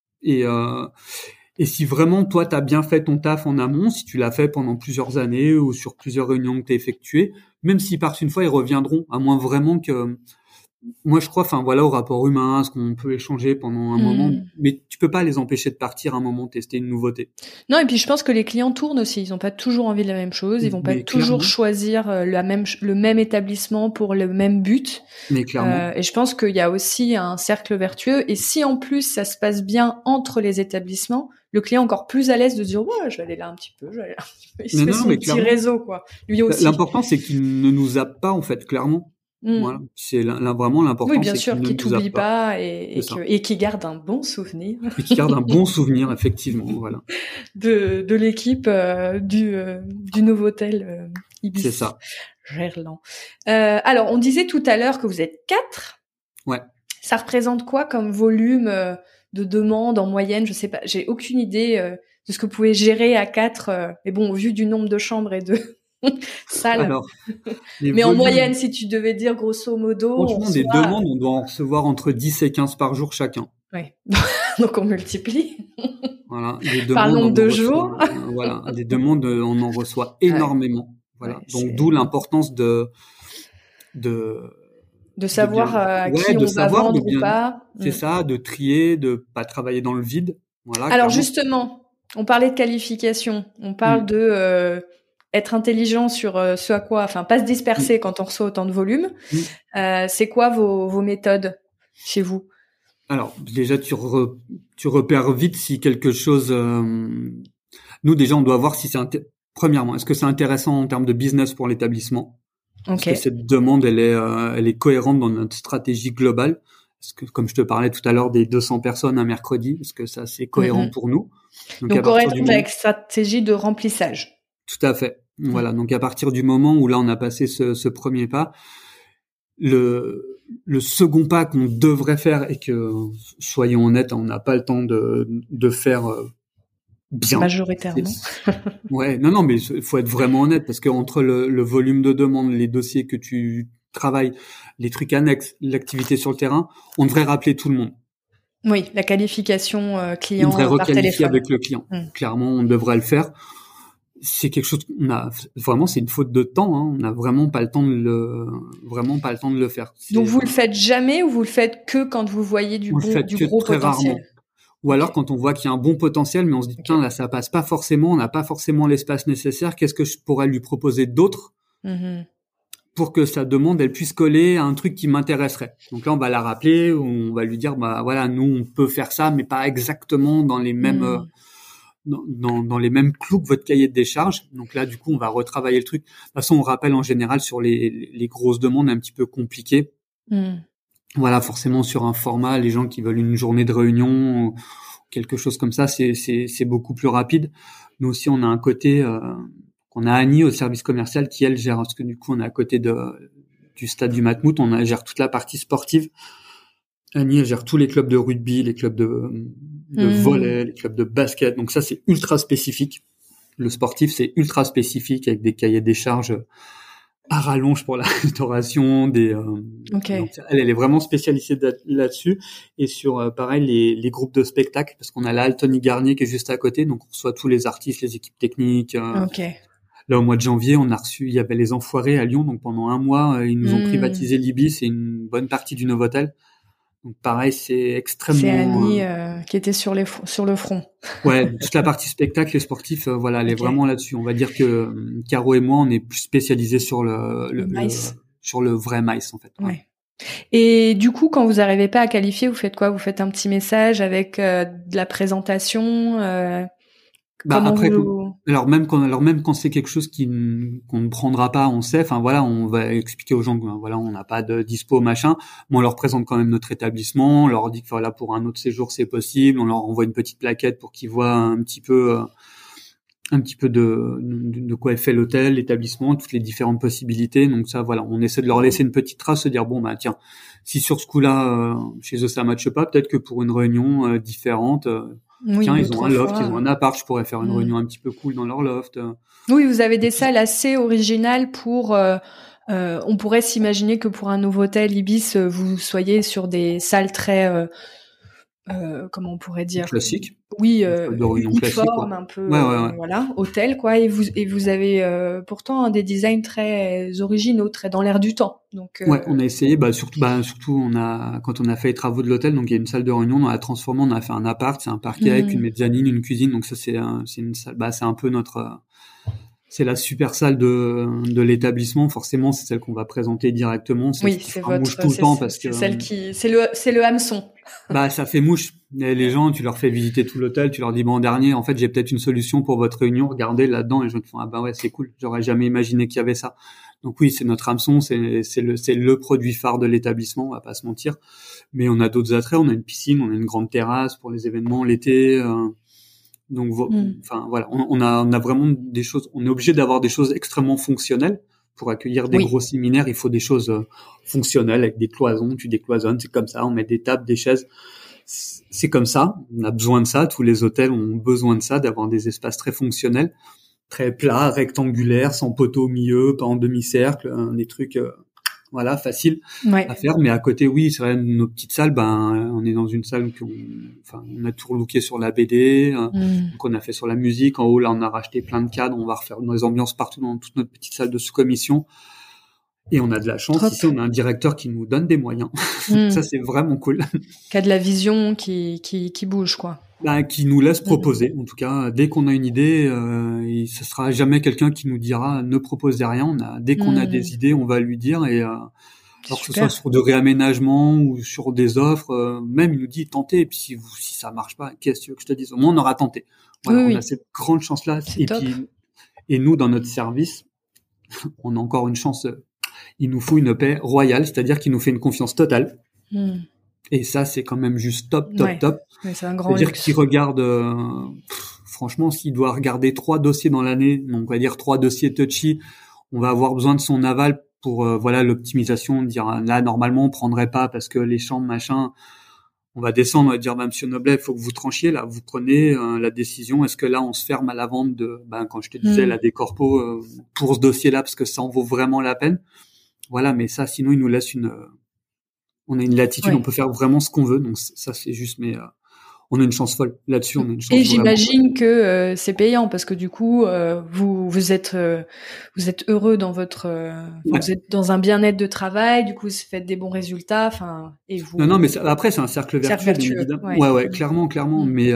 Et si vraiment, toi, t'as bien fait ton taf en amont, si tu l'as fait pendant plusieurs années ou sur plusieurs réunions que t'as effectuées, même s'ils partent une fois, ils reviendront, à moins vraiment que, moi, je crois, enfin, voilà, au rapport humain, ce qu'on peut échanger pendant un moment, mais tu peux pas les empêcher de partir à un moment, tester une nouveauté. Non, et puis je pense que les clients tournent aussi. Ils ont pas toujours envie de la même chose. Ils vont pas toujours choisir le même établissement pour le même but. Mais clairement. Et je pense qu'il y a aussi un cercle vertueux. Et si en plus ça se passe bien entre les établissements, le client est encore plus à l'aise de se dire ouais, je vais aller là un petit peu, je vais aller là un petit peu. Il se fait son petit réseau, quoi. Lui aussi. L'important, c'est qu'il ne nous zappe pas, en fait, clairement. Voilà, c'est vraiment l'important. Oui, bien sûr, qu'il t'oublie pas et qu'il garde un bon souvenir. Et qu'il garde un bon souvenir, effectivement, voilà. De l'équipe du Novotel Ibis. C'est ça. Gerland. Alors, on disait tout à l'heure que vous êtes 4. Ouais. Ça représente quoi comme volume de demandes en moyenne? Je sais pas, j'ai aucune idée de ce que vous pouvez gérer à 4. Mais bon, au vu du nombre de chambres et de salles. Alors, mais en moyenne, si tu devais dire grosso modo... Franchement, des demandes, on doit en recevoir entre 10 et 15 par jour chacun. Ouais. Donc on multiplie. Voilà. Des demandes, par nombre de jours. Voilà. Des demandes, on en reçoit énormément. Voilà. Ouais, donc d'où l'importance de savoir qui on va vendre ou pas. C'est ça, de trier, de pas travailler dans le vide. Voilà. Alors justement, on parlait de qualification, on parle de être intelligent sur ce à quoi, enfin pas se disperser quand on reçoit autant de volume. C'est quoi vos méthodes chez vous? Alors déjà, tu repères vite si quelque chose. Nous déjà, on doit voir si c'est premièrement, est-ce que c'est intéressant en termes de business pour l'établissement? Est-ce que cette demande, elle est cohérente dans notre stratégie globale? Est-ce que, comme je te parlais tout à l'heure des 200 personnes un mercredi, est-ce que ça c'est cohérent pour nous? Donc cohérent avec stratégie de remplissage. Tout à fait. Voilà. Donc à partir du moment où là on a passé ce premier pas, le second pas qu'on devrait faire et que, soyons honnêtes, on n'a pas le temps de faire bien. Majoritairement. Ouais, non, mais il faut être vraiment honnête parce que entre le volume de demandes, les dossiers que tu travailles, les trucs annexes, l'activité sur le terrain, on devrait rappeler tout le monde. Oui, la qualification client on devrait par téléphone. requalifier avec le client. Clairement, on devrait le faire. C'est quelque chose qu'on a vraiment, c'est une faute de temps. Hein. On n'a vraiment pas le temps de le faire. Donc vous le faites jamais ou vous le faites que quand vous voyez du gros potentiel? Rarement. Ou alors quand on voit qu'il y a un bon potentiel, mais on se dit putain là ça passe pas forcément, on n'a pas forcément l'espace nécessaire. Qu'est-ce que je pourrais lui proposer d'autre pour que sa demande elle puisse coller à un truc qui m'intéresserait. Donc là on va la rappeler, on va lui dire bah voilà nous on peut faire ça, mais pas exactement dans les mêmes dans les mêmes clous que votre cahier de décharge. Donc là, du coup, on va retravailler le truc. De toute façon, on rappelle en général sur les grosses demandes un petit peu compliquées. Voilà, forcément sur un format, les gens qui veulent une journée de réunion, quelque chose comme ça, c'est beaucoup plus rapide. Nous aussi, on a un côté, on a Annie au service commercial qui elle gère, parce que du coup, on est à côté du stade du Matmouth, on gère toute la partie sportive. Annie, elle gère tous les clubs de rugby, les clubs de volley, les clubs de basket. Donc ça, c'est ultra spécifique. Le sportif, c'est ultra spécifique avec des cahiers des charges à rallonge pour la restauration. Donc, elle est vraiment spécialisée là-dessus. Et sur, pareil, les groupes de spectacles, parce qu'on a la Tony Garnier qui est juste à côté. Donc, on reçoit tous les artistes, les équipes techniques. Là, au mois de janvier, il y avait les Enfoirés à Lyon. Donc, pendant un mois, ils nous ont privatisé l'Ibis et une bonne partie du Novotel. Donc pareil, c'est extrêmement. C'est Annie qui était sur le front. Ouais, toute la partie spectacle et sportif, voilà, elle est vraiment là-dessus. On va dire que Caro et moi, on est plus spécialisés sur sur le vrai mice en fait. Ouais. Et du coup, quand vous n'arrivez pas à qualifier, vous faites quoi? Vous faites un petit message avec de la présentation. Alors même quand c'est quelque chose qu'on ne prendra pas, on sait. Enfin voilà, on va expliquer aux gens que voilà, on n'a pas de dispo machin. Mais on leur présente quand même notre établissement. On leur dit que voilà, pour un autre séjour c'est possible. On leur envoie une petite plaquette pour qu'ils voient un petit peu de quoi est fait l'hôtel, l'établissement, toutes les différentes possibilités. Donc ça, voilà, on essaie de leur laisser une petite trace, se dire bon bah tiens, si sur ce coup-là chez eux ça matche pas, peut-être que pour une réunion différente, tiens ils ont un loft, ils ont un appart, je pourrais faire une réunion un petit peu cool dans leur loft. Oui, vous avez des salles assez originales pour. On pourrait s'imaginer que pour un nouveau hôtel Ibis, vous soyez sur des salles très comment on pourrait dire, classique. Oui, de réunion uniforme, classique, un peu, ouais. voilà, hôtel quoi. Et vous avez pourtant des designs très originaux, très dans l'air du temps. Donc ouais, on a essayé, surtout quand on a fait les travaux de l'hôtel, donc il y a une salle de réunion, on l'a transformé, on a fait un appart, c'est un parquet avec une mezzanine, une cuisine, donc ça c'est une salle, c'est un peu c'est la super salle de l'établissement. Forcément, c'est celle qu'on va présenter directement. Oui, c'est votre mouche tout le temps parce que celle qui c'est le hameçon. Ça fait mouche. Et les gens, tu leur fais visiter tout l'hôtel, tu leur dis en dernier, en fait, j'ai peut-être une solution pour votre réunion. Regardez là-dedans, et les gens te font ouais, c'est cool. J'aurais jamais imaginé qu'il y avait ça. Donc oui, c'est notre hameçon, c'est le produit phare de l'établissement, on va pas se mentir. Mais on a d'autres attraits. On a une piscine, on a une grande terrasse pour les événements l'été. Donc, enfin voilà, on a vraiment des choses. On est obligé d'avoir des choses extrêmement fonctionnelles pour accueillir des gros séminaires. Il faut des choses fonctionnelles avec des cloisons. Tu décloisonnes, c'est comme ça. On met des tables, des chaises. C'est comme ça. On a besoin de ça. Tous les hôtels ont besoin de ça, d'avoir des espaces très fonctionnels, très plats, rectangulaires, sans poteau au milieu, pas en demi-cercle, des trucs. Voilà, facile à faire, mais à côté, oui, c'est vrai, nos petites salles, on est dans une salle on a tout relooké sur la BD, donc on a fait sur la musique. En haut, là, on a racheté plein de cadres, on va refaire des ambiances partout dans toute notre petite salle de sous-commission. Et on a de la chance. Top. Ici, on a un directeur qui nous donne des moyens. Ça, c'est vraiment cool. Qui a de la vision, qui bouge, quoi. Qui nous laisse proposer. En tout cas, dès qu'on a une idée, ce sera jamais quelqu'un qui nous dira ne proposez rien. Dès qu'on a des idées, on va lui dire et alors que ce soit sur de réaménagement ou sur des offres, même il nous dit tentez. Et puis si ça marche pas, qu'est-ce que tu veux que je te dise? Au moins on aura tenté. Voilà, on a cette grande chance là. Et nous dans notre service, on a encore une chance. Il nous faut une paix royale, c'est-à-dire qu'il nous fait une confiance totale. Et ça, c'est quand même juste top. Ouais, c'est un grand C'est-à-dire qu'il regarde, franchement, s'il doit regarder 3 dossiers dans l'année, donc on va dire 3 dossiers touchy, on va avoir besoin de son aval pour l'optimisation, dire là normalement on prendrait pas parce que les chambres machin, on va descendre, on va dire monsieur Noblet, il faut que vous tranchiez là, vous prenez la décision, est-ce que là on se ferme à la vente de quand je te disais la décorpo pour ce dossier-là parce que ça en vaut vraiment la peine. Voilà, mais ça sinon il nous laisse on a une latitude, on peut faire vraiment ce qu'on veut, donc ça c'est juste, mais on a une chance folle là-dessus. On a une chance. Et j'imagine que c'est payant parce que du coup vous êtes heureux dans votre, vous êtes dans un bien-être de travail, du coup vous faites des bons résultats, enfin et vous. Non, mais après c'est un cercle vertueux. Évidemment. Ouais, clairement. Mais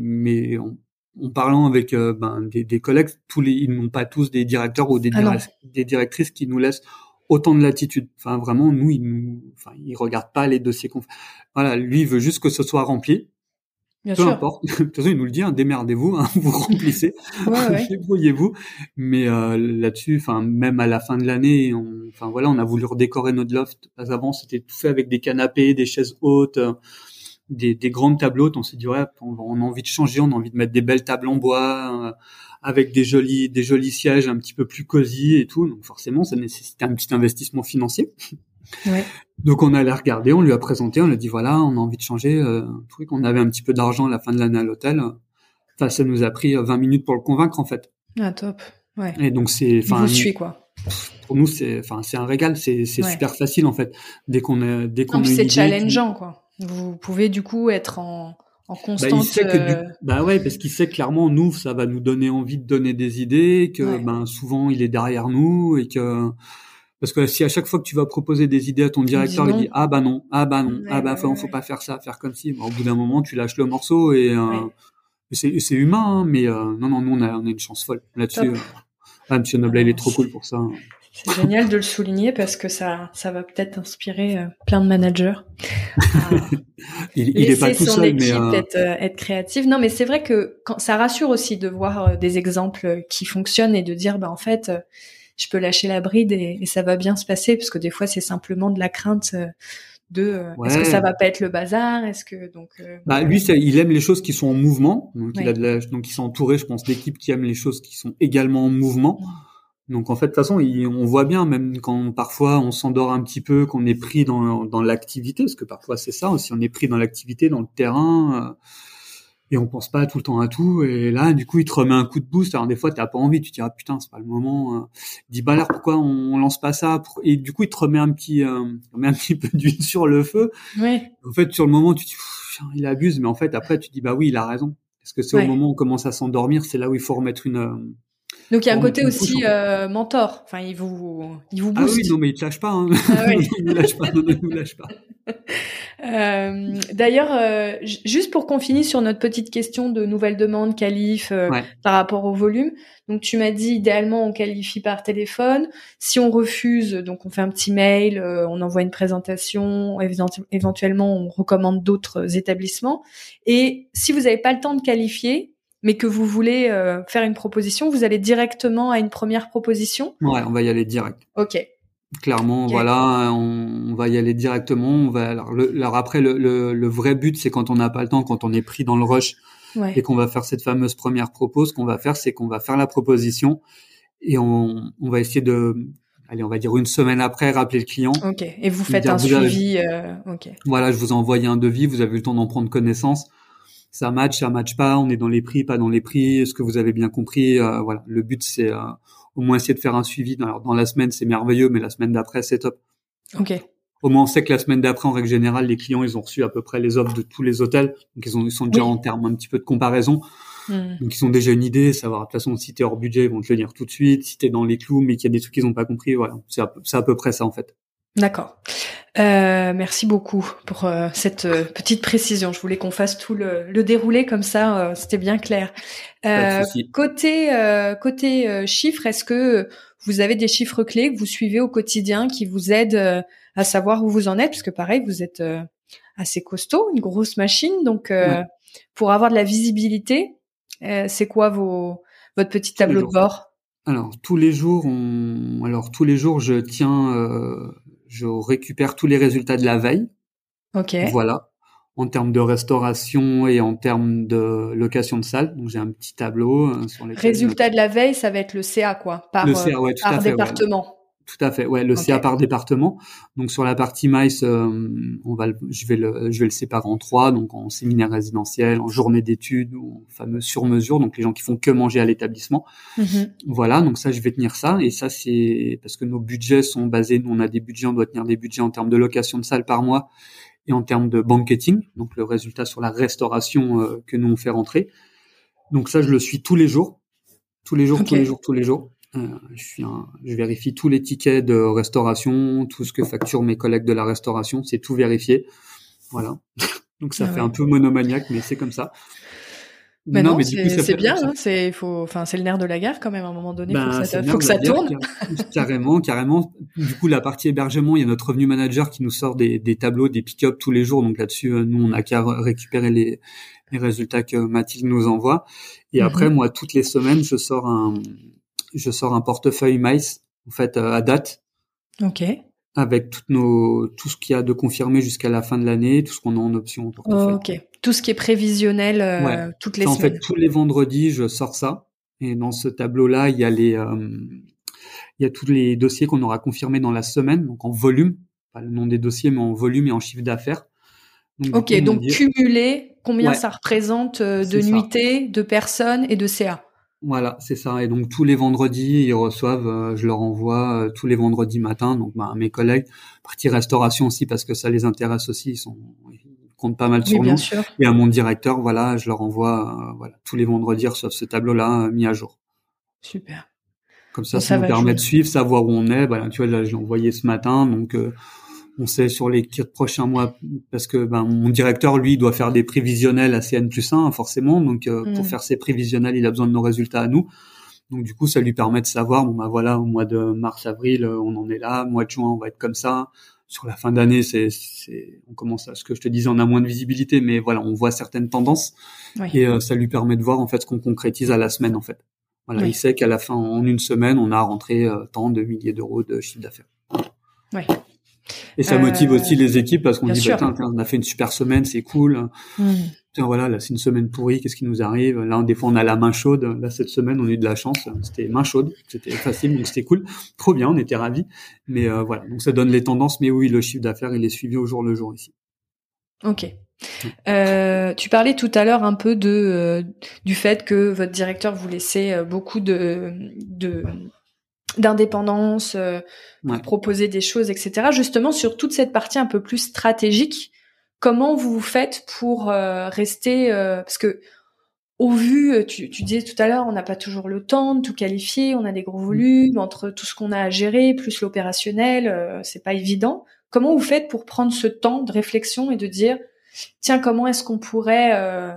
en parlant avec des collègues, ils n'ont pas tous des directeurs ou des directrices qui nous laissent autant de latitude. Enfin, vraiment, il regarde pas les dossiers qu'on fait. Voilà, lui, il veut juste que ce soit rempli. Bien Peu sûr. importe. De toute façon, il nous le dit, démerdez-vous, vous remplissez. Débrouillez-vous. Mais, là-dessus, même à la fin de l'année, on a voulu redécorer notre loft. Avant, c'était tout fait avec des canapés, des chaises hautes, des grandes tables hautes. On s'est dit, ouais, on a envie de changer, on a envie de mettre des belles tables en bois, avec des jolis sièges un petit peu plus cosy et tout. Donc forcément, ça nécessitait un petit investissement financier. Ouais. Donc on allait regarder, on lui a présenté, on lui a dit voilà, on a envie de changer un truc. On avait un petit peu d'argent à la fin de l'année à l'hôtel. Enfin, ça nous a pris 20 minutes pour le convaincre en fait. Ah top. Ouais. Et donc c'est, il vous suit quoi. Pour nous c'est un régal, c'est super facile en fait. Dès qu'on a c'est challengeant quoi. Vous pouvez du coup être en constante. Il sait que parce qu'il sait clairement nous ça va nous donner envie de donner des idées, que souvent il est derrière nous et que Parce que si à chaque fois que tu vas proposer des idées à ton directeur, il dit ah bah non, faut pas faire ça, faire comme si. Bon, au bout d'un moment, tu lâches le morceau et c'est humain, hein, mais non, nous on a une chance folle là-dessus. Monsieur Noblet, il est trop cool pour ça. C'est génial de le souligner parce que ça va peut-être inspirer plein de managers. Il est pas tout seul, mais être créative. Non, mais c'est vrai que ça rassure aussi de voir des exemples qui fonctionnent et de dire en fait je peux lâcher la bride et ça va bien se passer, parce que des fois c'est simplement de la crainte est-ce que ça va pas être le bazar, est-ce que lui il aime les choses qui sont en mouvement, donc donc il s'est entouré, je pense, d'équipes qui aiment les choses qui sont également en mouvement. Donc en fait, de toute façon, on voit bien, même quand parfois on s'endort un petit peu, qu'on est pris dans l'activité, parce que parfois c'est ça aussi, on est pris dans l'activité, dans le terrain, et on pense pas tout le temps à tout. Et là, du coup, il te remet un coup de boost. Alors des fois, t'as pas envie, tu te dis ah putain, c'est pas le moment. Dis bah alors pourquoi on lance pas ça Et du coup, il te remet un petit peu d'huile sur le feu. Ouais. En fait, sur le moment, tu te dis il abuse, mais en fait après, tu te dis bah oui, il a raison. Parce que c'est au moment où on commence à s'endormir, c'est là où il faut remettre une donc il y a un côté aussi mentor. Enfin, il vous booste. Ah oui, non mais il te lâche pas. Hein. Ah oui. Il nous lâche pas. Non, il nous lâche pas. D'ailleurs, juste pour qu'on finisse sur notre petite question de nouvelles demandes, qualif par rapport au volume. Donc tu m'as dit idéalement on qualifie par téléphone. Si on refuse, donc on fait un petit mail, on envoie une présentation, éventuellement on recommande d'autres établissements. Et si vous n'avez pas le temps de qualifier, mais que vous voulez faire une proposition, vous allez directement à une première proposition? Ouais, on va y aller direct. Ok. Clairement, voilà, on va y aller directement. Alors après, le vrai but, c'est quand on n'a pas le temps, quand on est pris dans le rush et qu'on va faire cette fameuse première propose, ce qu'on va faire, c'est qu'on va faire la proposition et on va essayer on va dire une semaine après, rappeler le client. Ok. Et vous faites un suivi. Ok. Voilà, je vous ai envoyé un devis, vous avez eu le temps d'en prendre connaissance. Ça match pas, on est dans les prix, pas dans les prix, est-ce que vous avez bien compris, voilà. Le but, c'est au moins essayer de faire un suivi. Alors, dans la semaine, c'est merveilleux, mais la semaine d'après, c'est top. Ok. Au moins, on sait que la semaine d'après, en règle générale, les clients, ils ont reçu à peu près les offres de tous les hôtels. Donc, ils sont déjà en termes un petit peu de comparaison. Donc, ils ont déjà une idée, savoir, de toute façon, si t'es hors budget, ils vont te le dire tout de suite. Si t'es dans les clous, mais qu'il y a des trucs qu'ils ont pas compris, voilà. C'est à peu près ça, en fait. D'accord. Merci beaucoup pour cette petite précision. Je voulais qu'on fasse tout le déroulé comme ça, c'était bien clair. Côté chiffres, est-ce que vous avez des chiffres clés que vous suivez au quotidien qui vous aident à savoir où vous en êtes? Parce que pareil, vous êtes assez costaud, une grosse machine, donc pour avoir de la visibilité, c'est quoi votre petit tableau de bord? Alors tous les jours, je récupère tous les résultats de la veille. Ok. Voilà. En termes de restauration et en termes de location de salle. Donc, j'ai un petit tableau sur les résultats de la veille, ça va être le CA, quoi. Le CA, ouais, tout à fait, département. Ouais. Tout à fait. Ouais, le CA par département. Donc, sur la partie MICE, je vais le séparer en 3. Donc, en séminaire résidentiel, en journée d'études, ou en fameux sur-mesure. Donc, les gens qui font que manger à l'établissement. Voilà. Donc, ça, je vais tenir ça. Et ça, c'est parce que nos budgets sont basés, nous, on a des budgets, on doit tenir des budgets en termes de location de salle par mois et en termes de banqueting, donc le résultat sur la restauration que nous on fait rentrer. Donc ça, je le suis tous les jours. Je vérifie tous les tickets de restauration, tout ce que facturent mes collègues de la restauration, c'est tout vérifié. Voilà. Donc ça fait un peu monomaniaque, mais c'est comme ça. Mais non, mais c'est bien, hein, c'est le nerf de la guerre quand même à un moment donné, faut que ça tourne. Carrément. Du coup, la partie hébergement, il y a notre revenu manager qui nous sort des tableaux, des pick-up tous les jours. Donc là-dessus, nous, on n'a qu'à récupérer les résultats que Mathilde nous envoie. Et après, moi, toutes les semaines, je sors un portefeuille MICE, en fait, à date. Ok. Avec tout ce qu'il y a de confirmé jusqu'à la fin de l'année, tout ce qu'on a en option en portefeuille. Ok. Tout ce qui est prévisionnel toutes les semaines. En fait, tous les vendredis, je sors ça. Et dans ce tableau-là, il y a tous les dossiers qu'on aura confirmés dans la semaine, donc en volume, pas le nom des dossiers, mais en volume et en chiffre d'affaires. Donc cumulé, combien ça représente de nuitées, de personnes et de CA? Voilà, c'est ça. Et donc tous les vendredis, ils reçoivent, je leur envoie tous les vendredis matin, donc mes collègues, partie restauration aussi parce que ça les intéresse aussi, ils comptent pas mal sur nous. Sûr. Et à mon directeur, je leur envoie tous les vendredis, ils reçoivent ce tableau-là mis à jour. Super. Comme ça, Bon, ça ça nous va permet jouer. de suivre, savoir où on est. Voilà, tu vois, là, je l'ai envoyé ce matin, donc on sait sur les 4 prochains mois, parce que mon directeur, lui, doit faire des prévisionnels à CN+1, forcément. Donc, pour faire ses prévisionnels, il a besoin de nos résultats à nous. Donc, du coup, ça lui permet de savoir, bon, bah voilà, au mois de mars, avril, on en est là. Au mois de juin, on va être comme ça. Sur la fin d'année, on commence à ce que je te disais, on a moins de visibilité, mais voilà, on voit certaines tendances. Oui. Et ça lui permet de voir, en fait, ce qu'on concrétise à la semaine, en fait. Voilà, Oui. il sait qu'à la fin, en une semaine, on a rentré tant de milliers d'euros de chiffre d'affaires. Oui. Et ça motive aussi les équipes parce qu'on Bien dit, sûr. tiens, on a fait une super semaine, c'est cool. Tiens, voilà, là, c'est une semaine pourrie, qu'est-ce qui nous arrive? Là, des fois, on a la main chaude. Là, cette semaine, on a eu de la chance. C'était main chaude. C'était facile, donc c'était cool. Trop bien, on était ravis. Mais voilà, donc ça donne les tendances. Mais oui, le chiffre d'affaires, il est suivi au jour le jour ici. Ok. Tu parlais tout à l'heure un peu du fait que votre directeur vous laissait beaucoup d'indépendance pour proposer des choses, etc. Justement, sur toute cette partie un peu plus stratégique, comment vous faites pour rester parce que au vu, tu disais tout à l'heure, on n'a pas toujours le temps de tout qualifier, on a des gros volumes, entre tout ce qu'on a à gérer, plus l'opérationnel, c'est pas évident. Comment vous faites pour prendre ce temps de réflexion et de dire, tiens, comment est-ce qu'on pourrait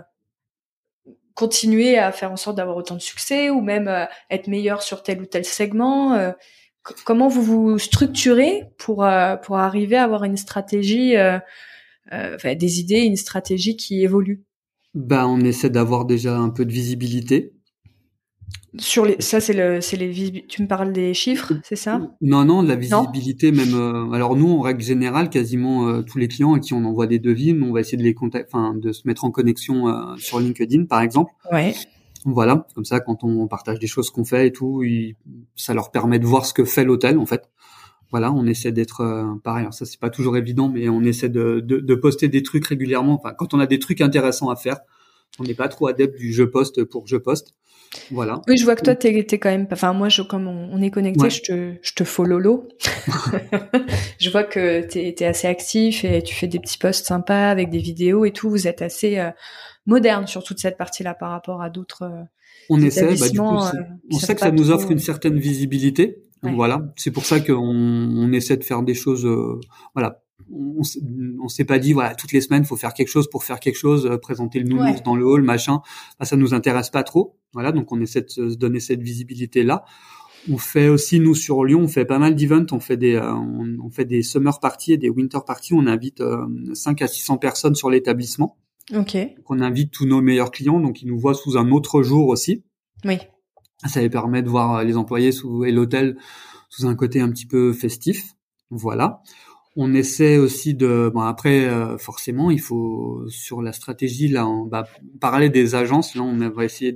continuer à faire en sorte d'avoir autant de succès ou même être meilleur sur tel ou tel segment comment vous vous structurez pour arriver à avoir une stratégie, des idées, une stratégie qui évolue? On essaie d'avoir déjà un peu de visibilité. Ça, tu me parles des chiffres, c'est ça? Non, de la visibilité même. Alors nous, en règle générale, quasiment tous les clients à qui on envoie des devis, on va essayer de les contacter, de se mettre en connexion sur LinkedIn, par exemple. Ouais. Voilà, comme ça, quand on partage des choses qu'on fait et tout, ça leur permet de voir ce que fait l'hôtel, en fait. Voilà, on essaie d'être pareil. Alors ça, c'est pas toujours évident, mais on essaie de poster des trucs régulièrement. Enfin, quand on a des trucs intéressants à faire, on n'est pas trop adepte du je poste pour je poste. Voilà. Oui, je vois que toi, t'es quand même. Enfin, moi, comme on est connecté, Ouais. je te follow lolo. Je vois que t'es assez actif et tu fais des petits posts sympas avec des vidéos et tout. Vous êtes assez moderne sur toute cette partie-là par rapport à d'autres on essaie. Du coup, établissements. on sait que ça nous offre une certaine visibilité. Donc Ouais. voilà, c'est pour ça qu'on essaie de faire des choses. Voilà, on s'est pas dit voilà toutes les semaines faut faire quelque chose pour faire quelque chose, présenter le nounours dans le hall, machin. Ça nous intéresse pas trop. Voilà, donc on essaie de se donner cette visibilité là. On fait aussi nous sur Lyon, on fait pas mal d'events. On fait des summer parties et des winter parties. On invite 5 à 600 personnes sur l'établissement. Ok. Donc on invite tous nos meilleurs clients, donc ils nous voient sous un autre jour aussi. Oui. Ça les permet de voir les employés et l'hôtel sous un côté un petit peu festif. Voilà. On essaie aussi après, forcément, il faut, sur la stratégie, là, on parler des agences. Là, on va essayer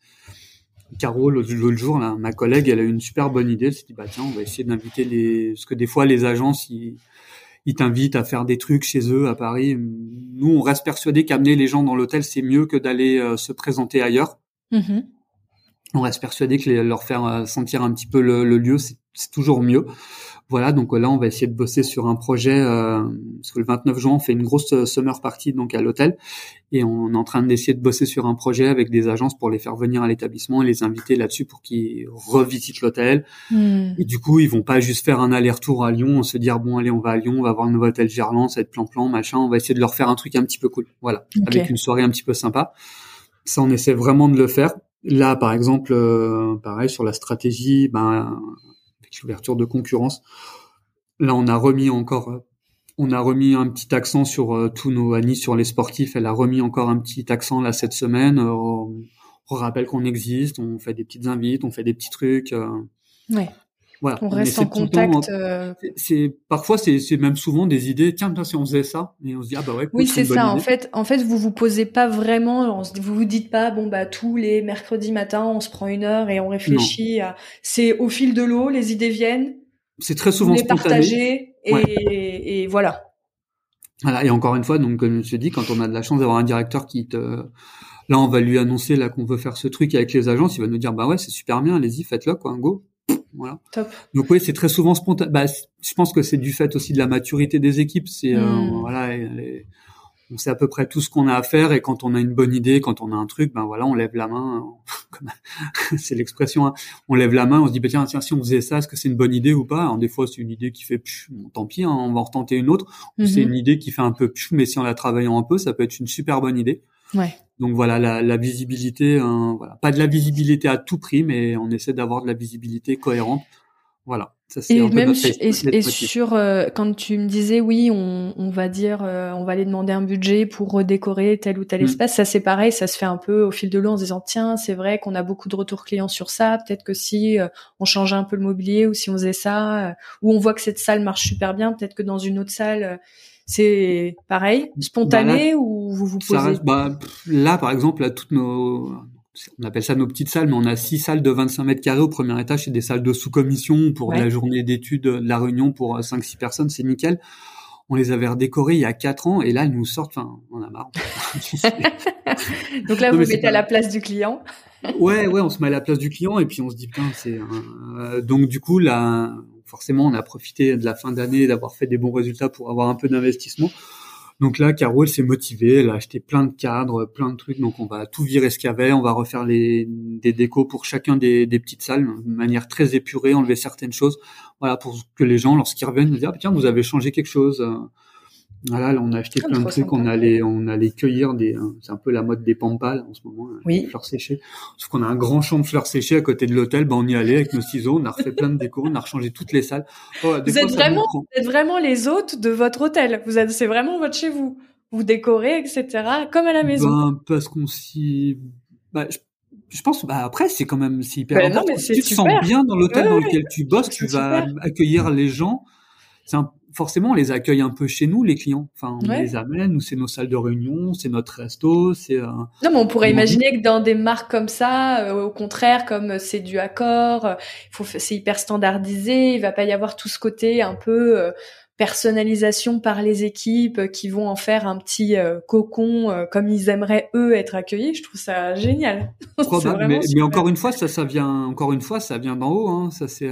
Caro, l'autre jour, là, ma collègue, elle a eu une super bonne idée. Elle s'est dit, tiens, on va essayer d'inviter parce que des fois, les agences, ils t'invitent à faire des trucs chez eux à Paris. Nous, on reste persuadés qu'amener les gens dans l'hôtel, c'est mieux que d'aller se présenter ailleurs. Mm-hmm. On reste persuadé que leur faire sentir un petit peu le lieu, c'est toujours mieux. Voilà, donc là, on va essayer de bosser sur un projet, parce que le 29 juin, on fait une grosse summer party donc à l'hôtel, et on est en train d'essayer de bosser sur un projet avec des agences pour les faire venir à l'établissement et les inviter là-dessus pour qu'ils revisitent l'hôtel. Et du coup, ils vont pas juste faire un aller-retour à Lyon, se dire bon allez, on va à Lyon, on va voir le nouveau hôtel Gerland, ça va être plan machin. On va essayer de leur faire un truc un petit peu cool, voilà, avec une soirée un petit peu sympa. Ça, on essaie vraiment de le faire. Là, par exemple, pareil sur la stratégie, avec l'ouverture de concurrence. Là, on a remis un petit accent sur tous nos Annie sur les sportifs. Elle a remis encore un petit accent là cette semaine. On rappelle qu'on existe, on fait des petites invites, on fait des petits trucs. Ouais. Voilà, on reste en contact. Parfois c'est même souvent des idées. Tiens, si on faisait ça, et on se dit ouais. Oui, c'est ça. En fait, vous vous posez pas vraiment. Vous vous dites pas tous les mercredis matins, on se prend 1 heure et on réfléchit. C'est au fil de l'eau, les idées viennent. C'est très souvent spontané. Partagez et voilà. Voilà. Et encore une fois, donc comme je te dis, quand on a de la chance d'avoir un directeur là, on va lui annoncer là qu'on veut faire ce truc avec les agences, il va nous dire ouais, c'est super bien, allez-y, faites-le quoi, go. Voilà. Top. Donc oui, c'est très souvent spontané. Je pense que c'est du fait aussi de la maturité des équipes. C'est voilà, on sait à peu près tout ce qu'on a à faire, et quand on a une bonne idée, quand on a un truc, ben voilà, on lève la main, c'est l'expression, hein. On lève la main, on se dit tiens, si on faisait ça, est-ce que c'est une bonne idée ou pas? Alors des fois c'est une idée qui fait bon, tant pis, hein, on va en retenter une autre, ou c'est une idée qui fait un peu mais si on la travaille un peu, ça peut être une super bonne idée. Ouais. Donc voilà, la visibilité, voilà, pas de la visibilité à tout prix, mais on essaie d'avoir de la visibilité cohérente. Voilà, ça c'est un peu même notre sur quand tu me disais oui, on va dire on va aller demander un budget pour redécorer tel ou tel espace, ça c'est pareil, ça se fait un peu au fil de l'eau en se disant tiens, c'est vrai qu'on a beaucoup de retours clients sur ça, peut-être que si on changeait un peu le mobilier, ou si on faisait ça, ou on voit que cette salle marche super bien, peut-être que dans une autre salle c'est pareil, spontané, là, ou vous posez? Ça reste, là par exemple, là toutes on appelle ça nos petites salles, mais on a 6 salles de 25 mètres carrés au premier étage, c'est des salles de sous-commission pour la journée d'études, de la réunion pour 5-6 personnes, c'est nickel. On les avait redécorées il y a 4 ans, et là, elles nous sortent, on a marre. Donc là, vous mettez à la place du client. Ouais, on se met à la place du client, et puis on se dit, donc du coup, là, forcément, on a profité de la fin d'année, d'avoir fait des bons résultats pour avoir un peu d'investissement. Donc là, Caro, elle s'est motivée, elle a acheté plein de cadres, plein de trucs, donc on va tout virer ce qu'il y avait, on va refaire des décos pour chacun des petites salles, de manière très épurée, enlever certaines choses, voilà, pour que les gens, lorsqu'ils reviennent, nous disent tiens, vous avez changé quelque chose. Voilà, là, on a acheté plein de trucs, on allait cueillir c'est un peu la mode des pampales en ce moment, les fleurs séchées. Sauf qu'on a un grand champ de fleurs séchées à côté de l'hôtel, on y allait avec nos ciseaux, on a refait plein de décos, on a rechangé toutes les salles. Vous êtes vraiment les hôtes de votre hôtel. C'est vraiment votre chez vous. Vous décorez, etc., comme à la maison. Parce qu'on s'y, je pense, après, c'est quand même, c'est hyper important. Non, mais si tu te sens bien dans l'hôtel dans lequel tu bosses, tu vas accueillir les gens. Forcément, on les accueille un peu chez nous, les clients. Enfin, on les amène, ou c'est nos salles de réunion, c'est notre resto, c'est. Non, mais on pourrait imaginer que dans des marques comme ça, au contraire, comme c'est du accord, c'est hyper standardisé, il va pas y avoir tout ce côté un peu personnalisation par les équipes qui vont en faire un petit cocon comme ils aimeraient eux être accueillis. Je trouve ça génial. Probable, mais encore une fois, ça vient d'en haut, hein. Ça c'est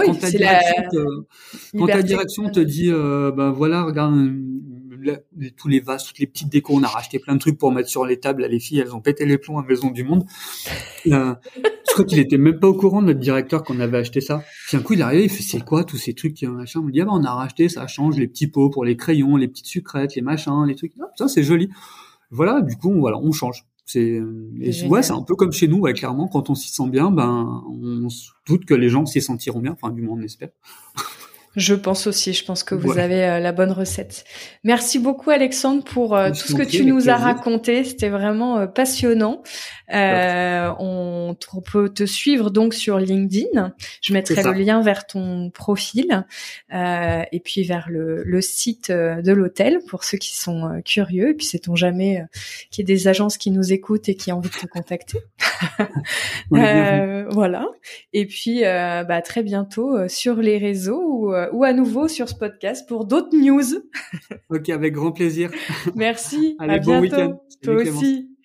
quand ta direction te dit voilà, regarde tous les vases, toutes les petites décos, on a racheté plein de trucs pour mettre sur les tables. Là, les filles, elles ont pété les plombs à Maison du Monde. Je crois qu'il était même pas au courant, notre directeur, qu'on avait acheté ça. Puis un coup, il est arrivé, il fait c'est quoi tous ces trucs, machin. On me dit on a racheté, ça change, les petits pots pour les crayons, les petites sucrètes, les machins, les trucs. Ça c'est joli. Voilà, du coup, on change. C'est un peu comme chez nous, clairement, quand on s'y sent bien, on se doute que les gens s'y sentiront bien, enfin du moins on espère. Je pense que vous avez la bonne recette. Merci beaucoup Alexandre pour tout ce que tu nous as raconté, c'était vraiment passionnant. On peut te suivre donc sur LinkedIn. Je mettrai le lien vers ton profil et puis vers le site de l'hôtel pour ceux qui sont curieux. Et puis sait-on jamais qu'il y ait des agences qui nous écoutent et qui ont envie de te contacter. Voilà. Et puis très bientôt sur les réseaux ou à nouveau sur ce podcast pour d'autres news. Ok, avec grand plaisir. Merci. Allez, à bon bientôt. week-end. Toi aussi.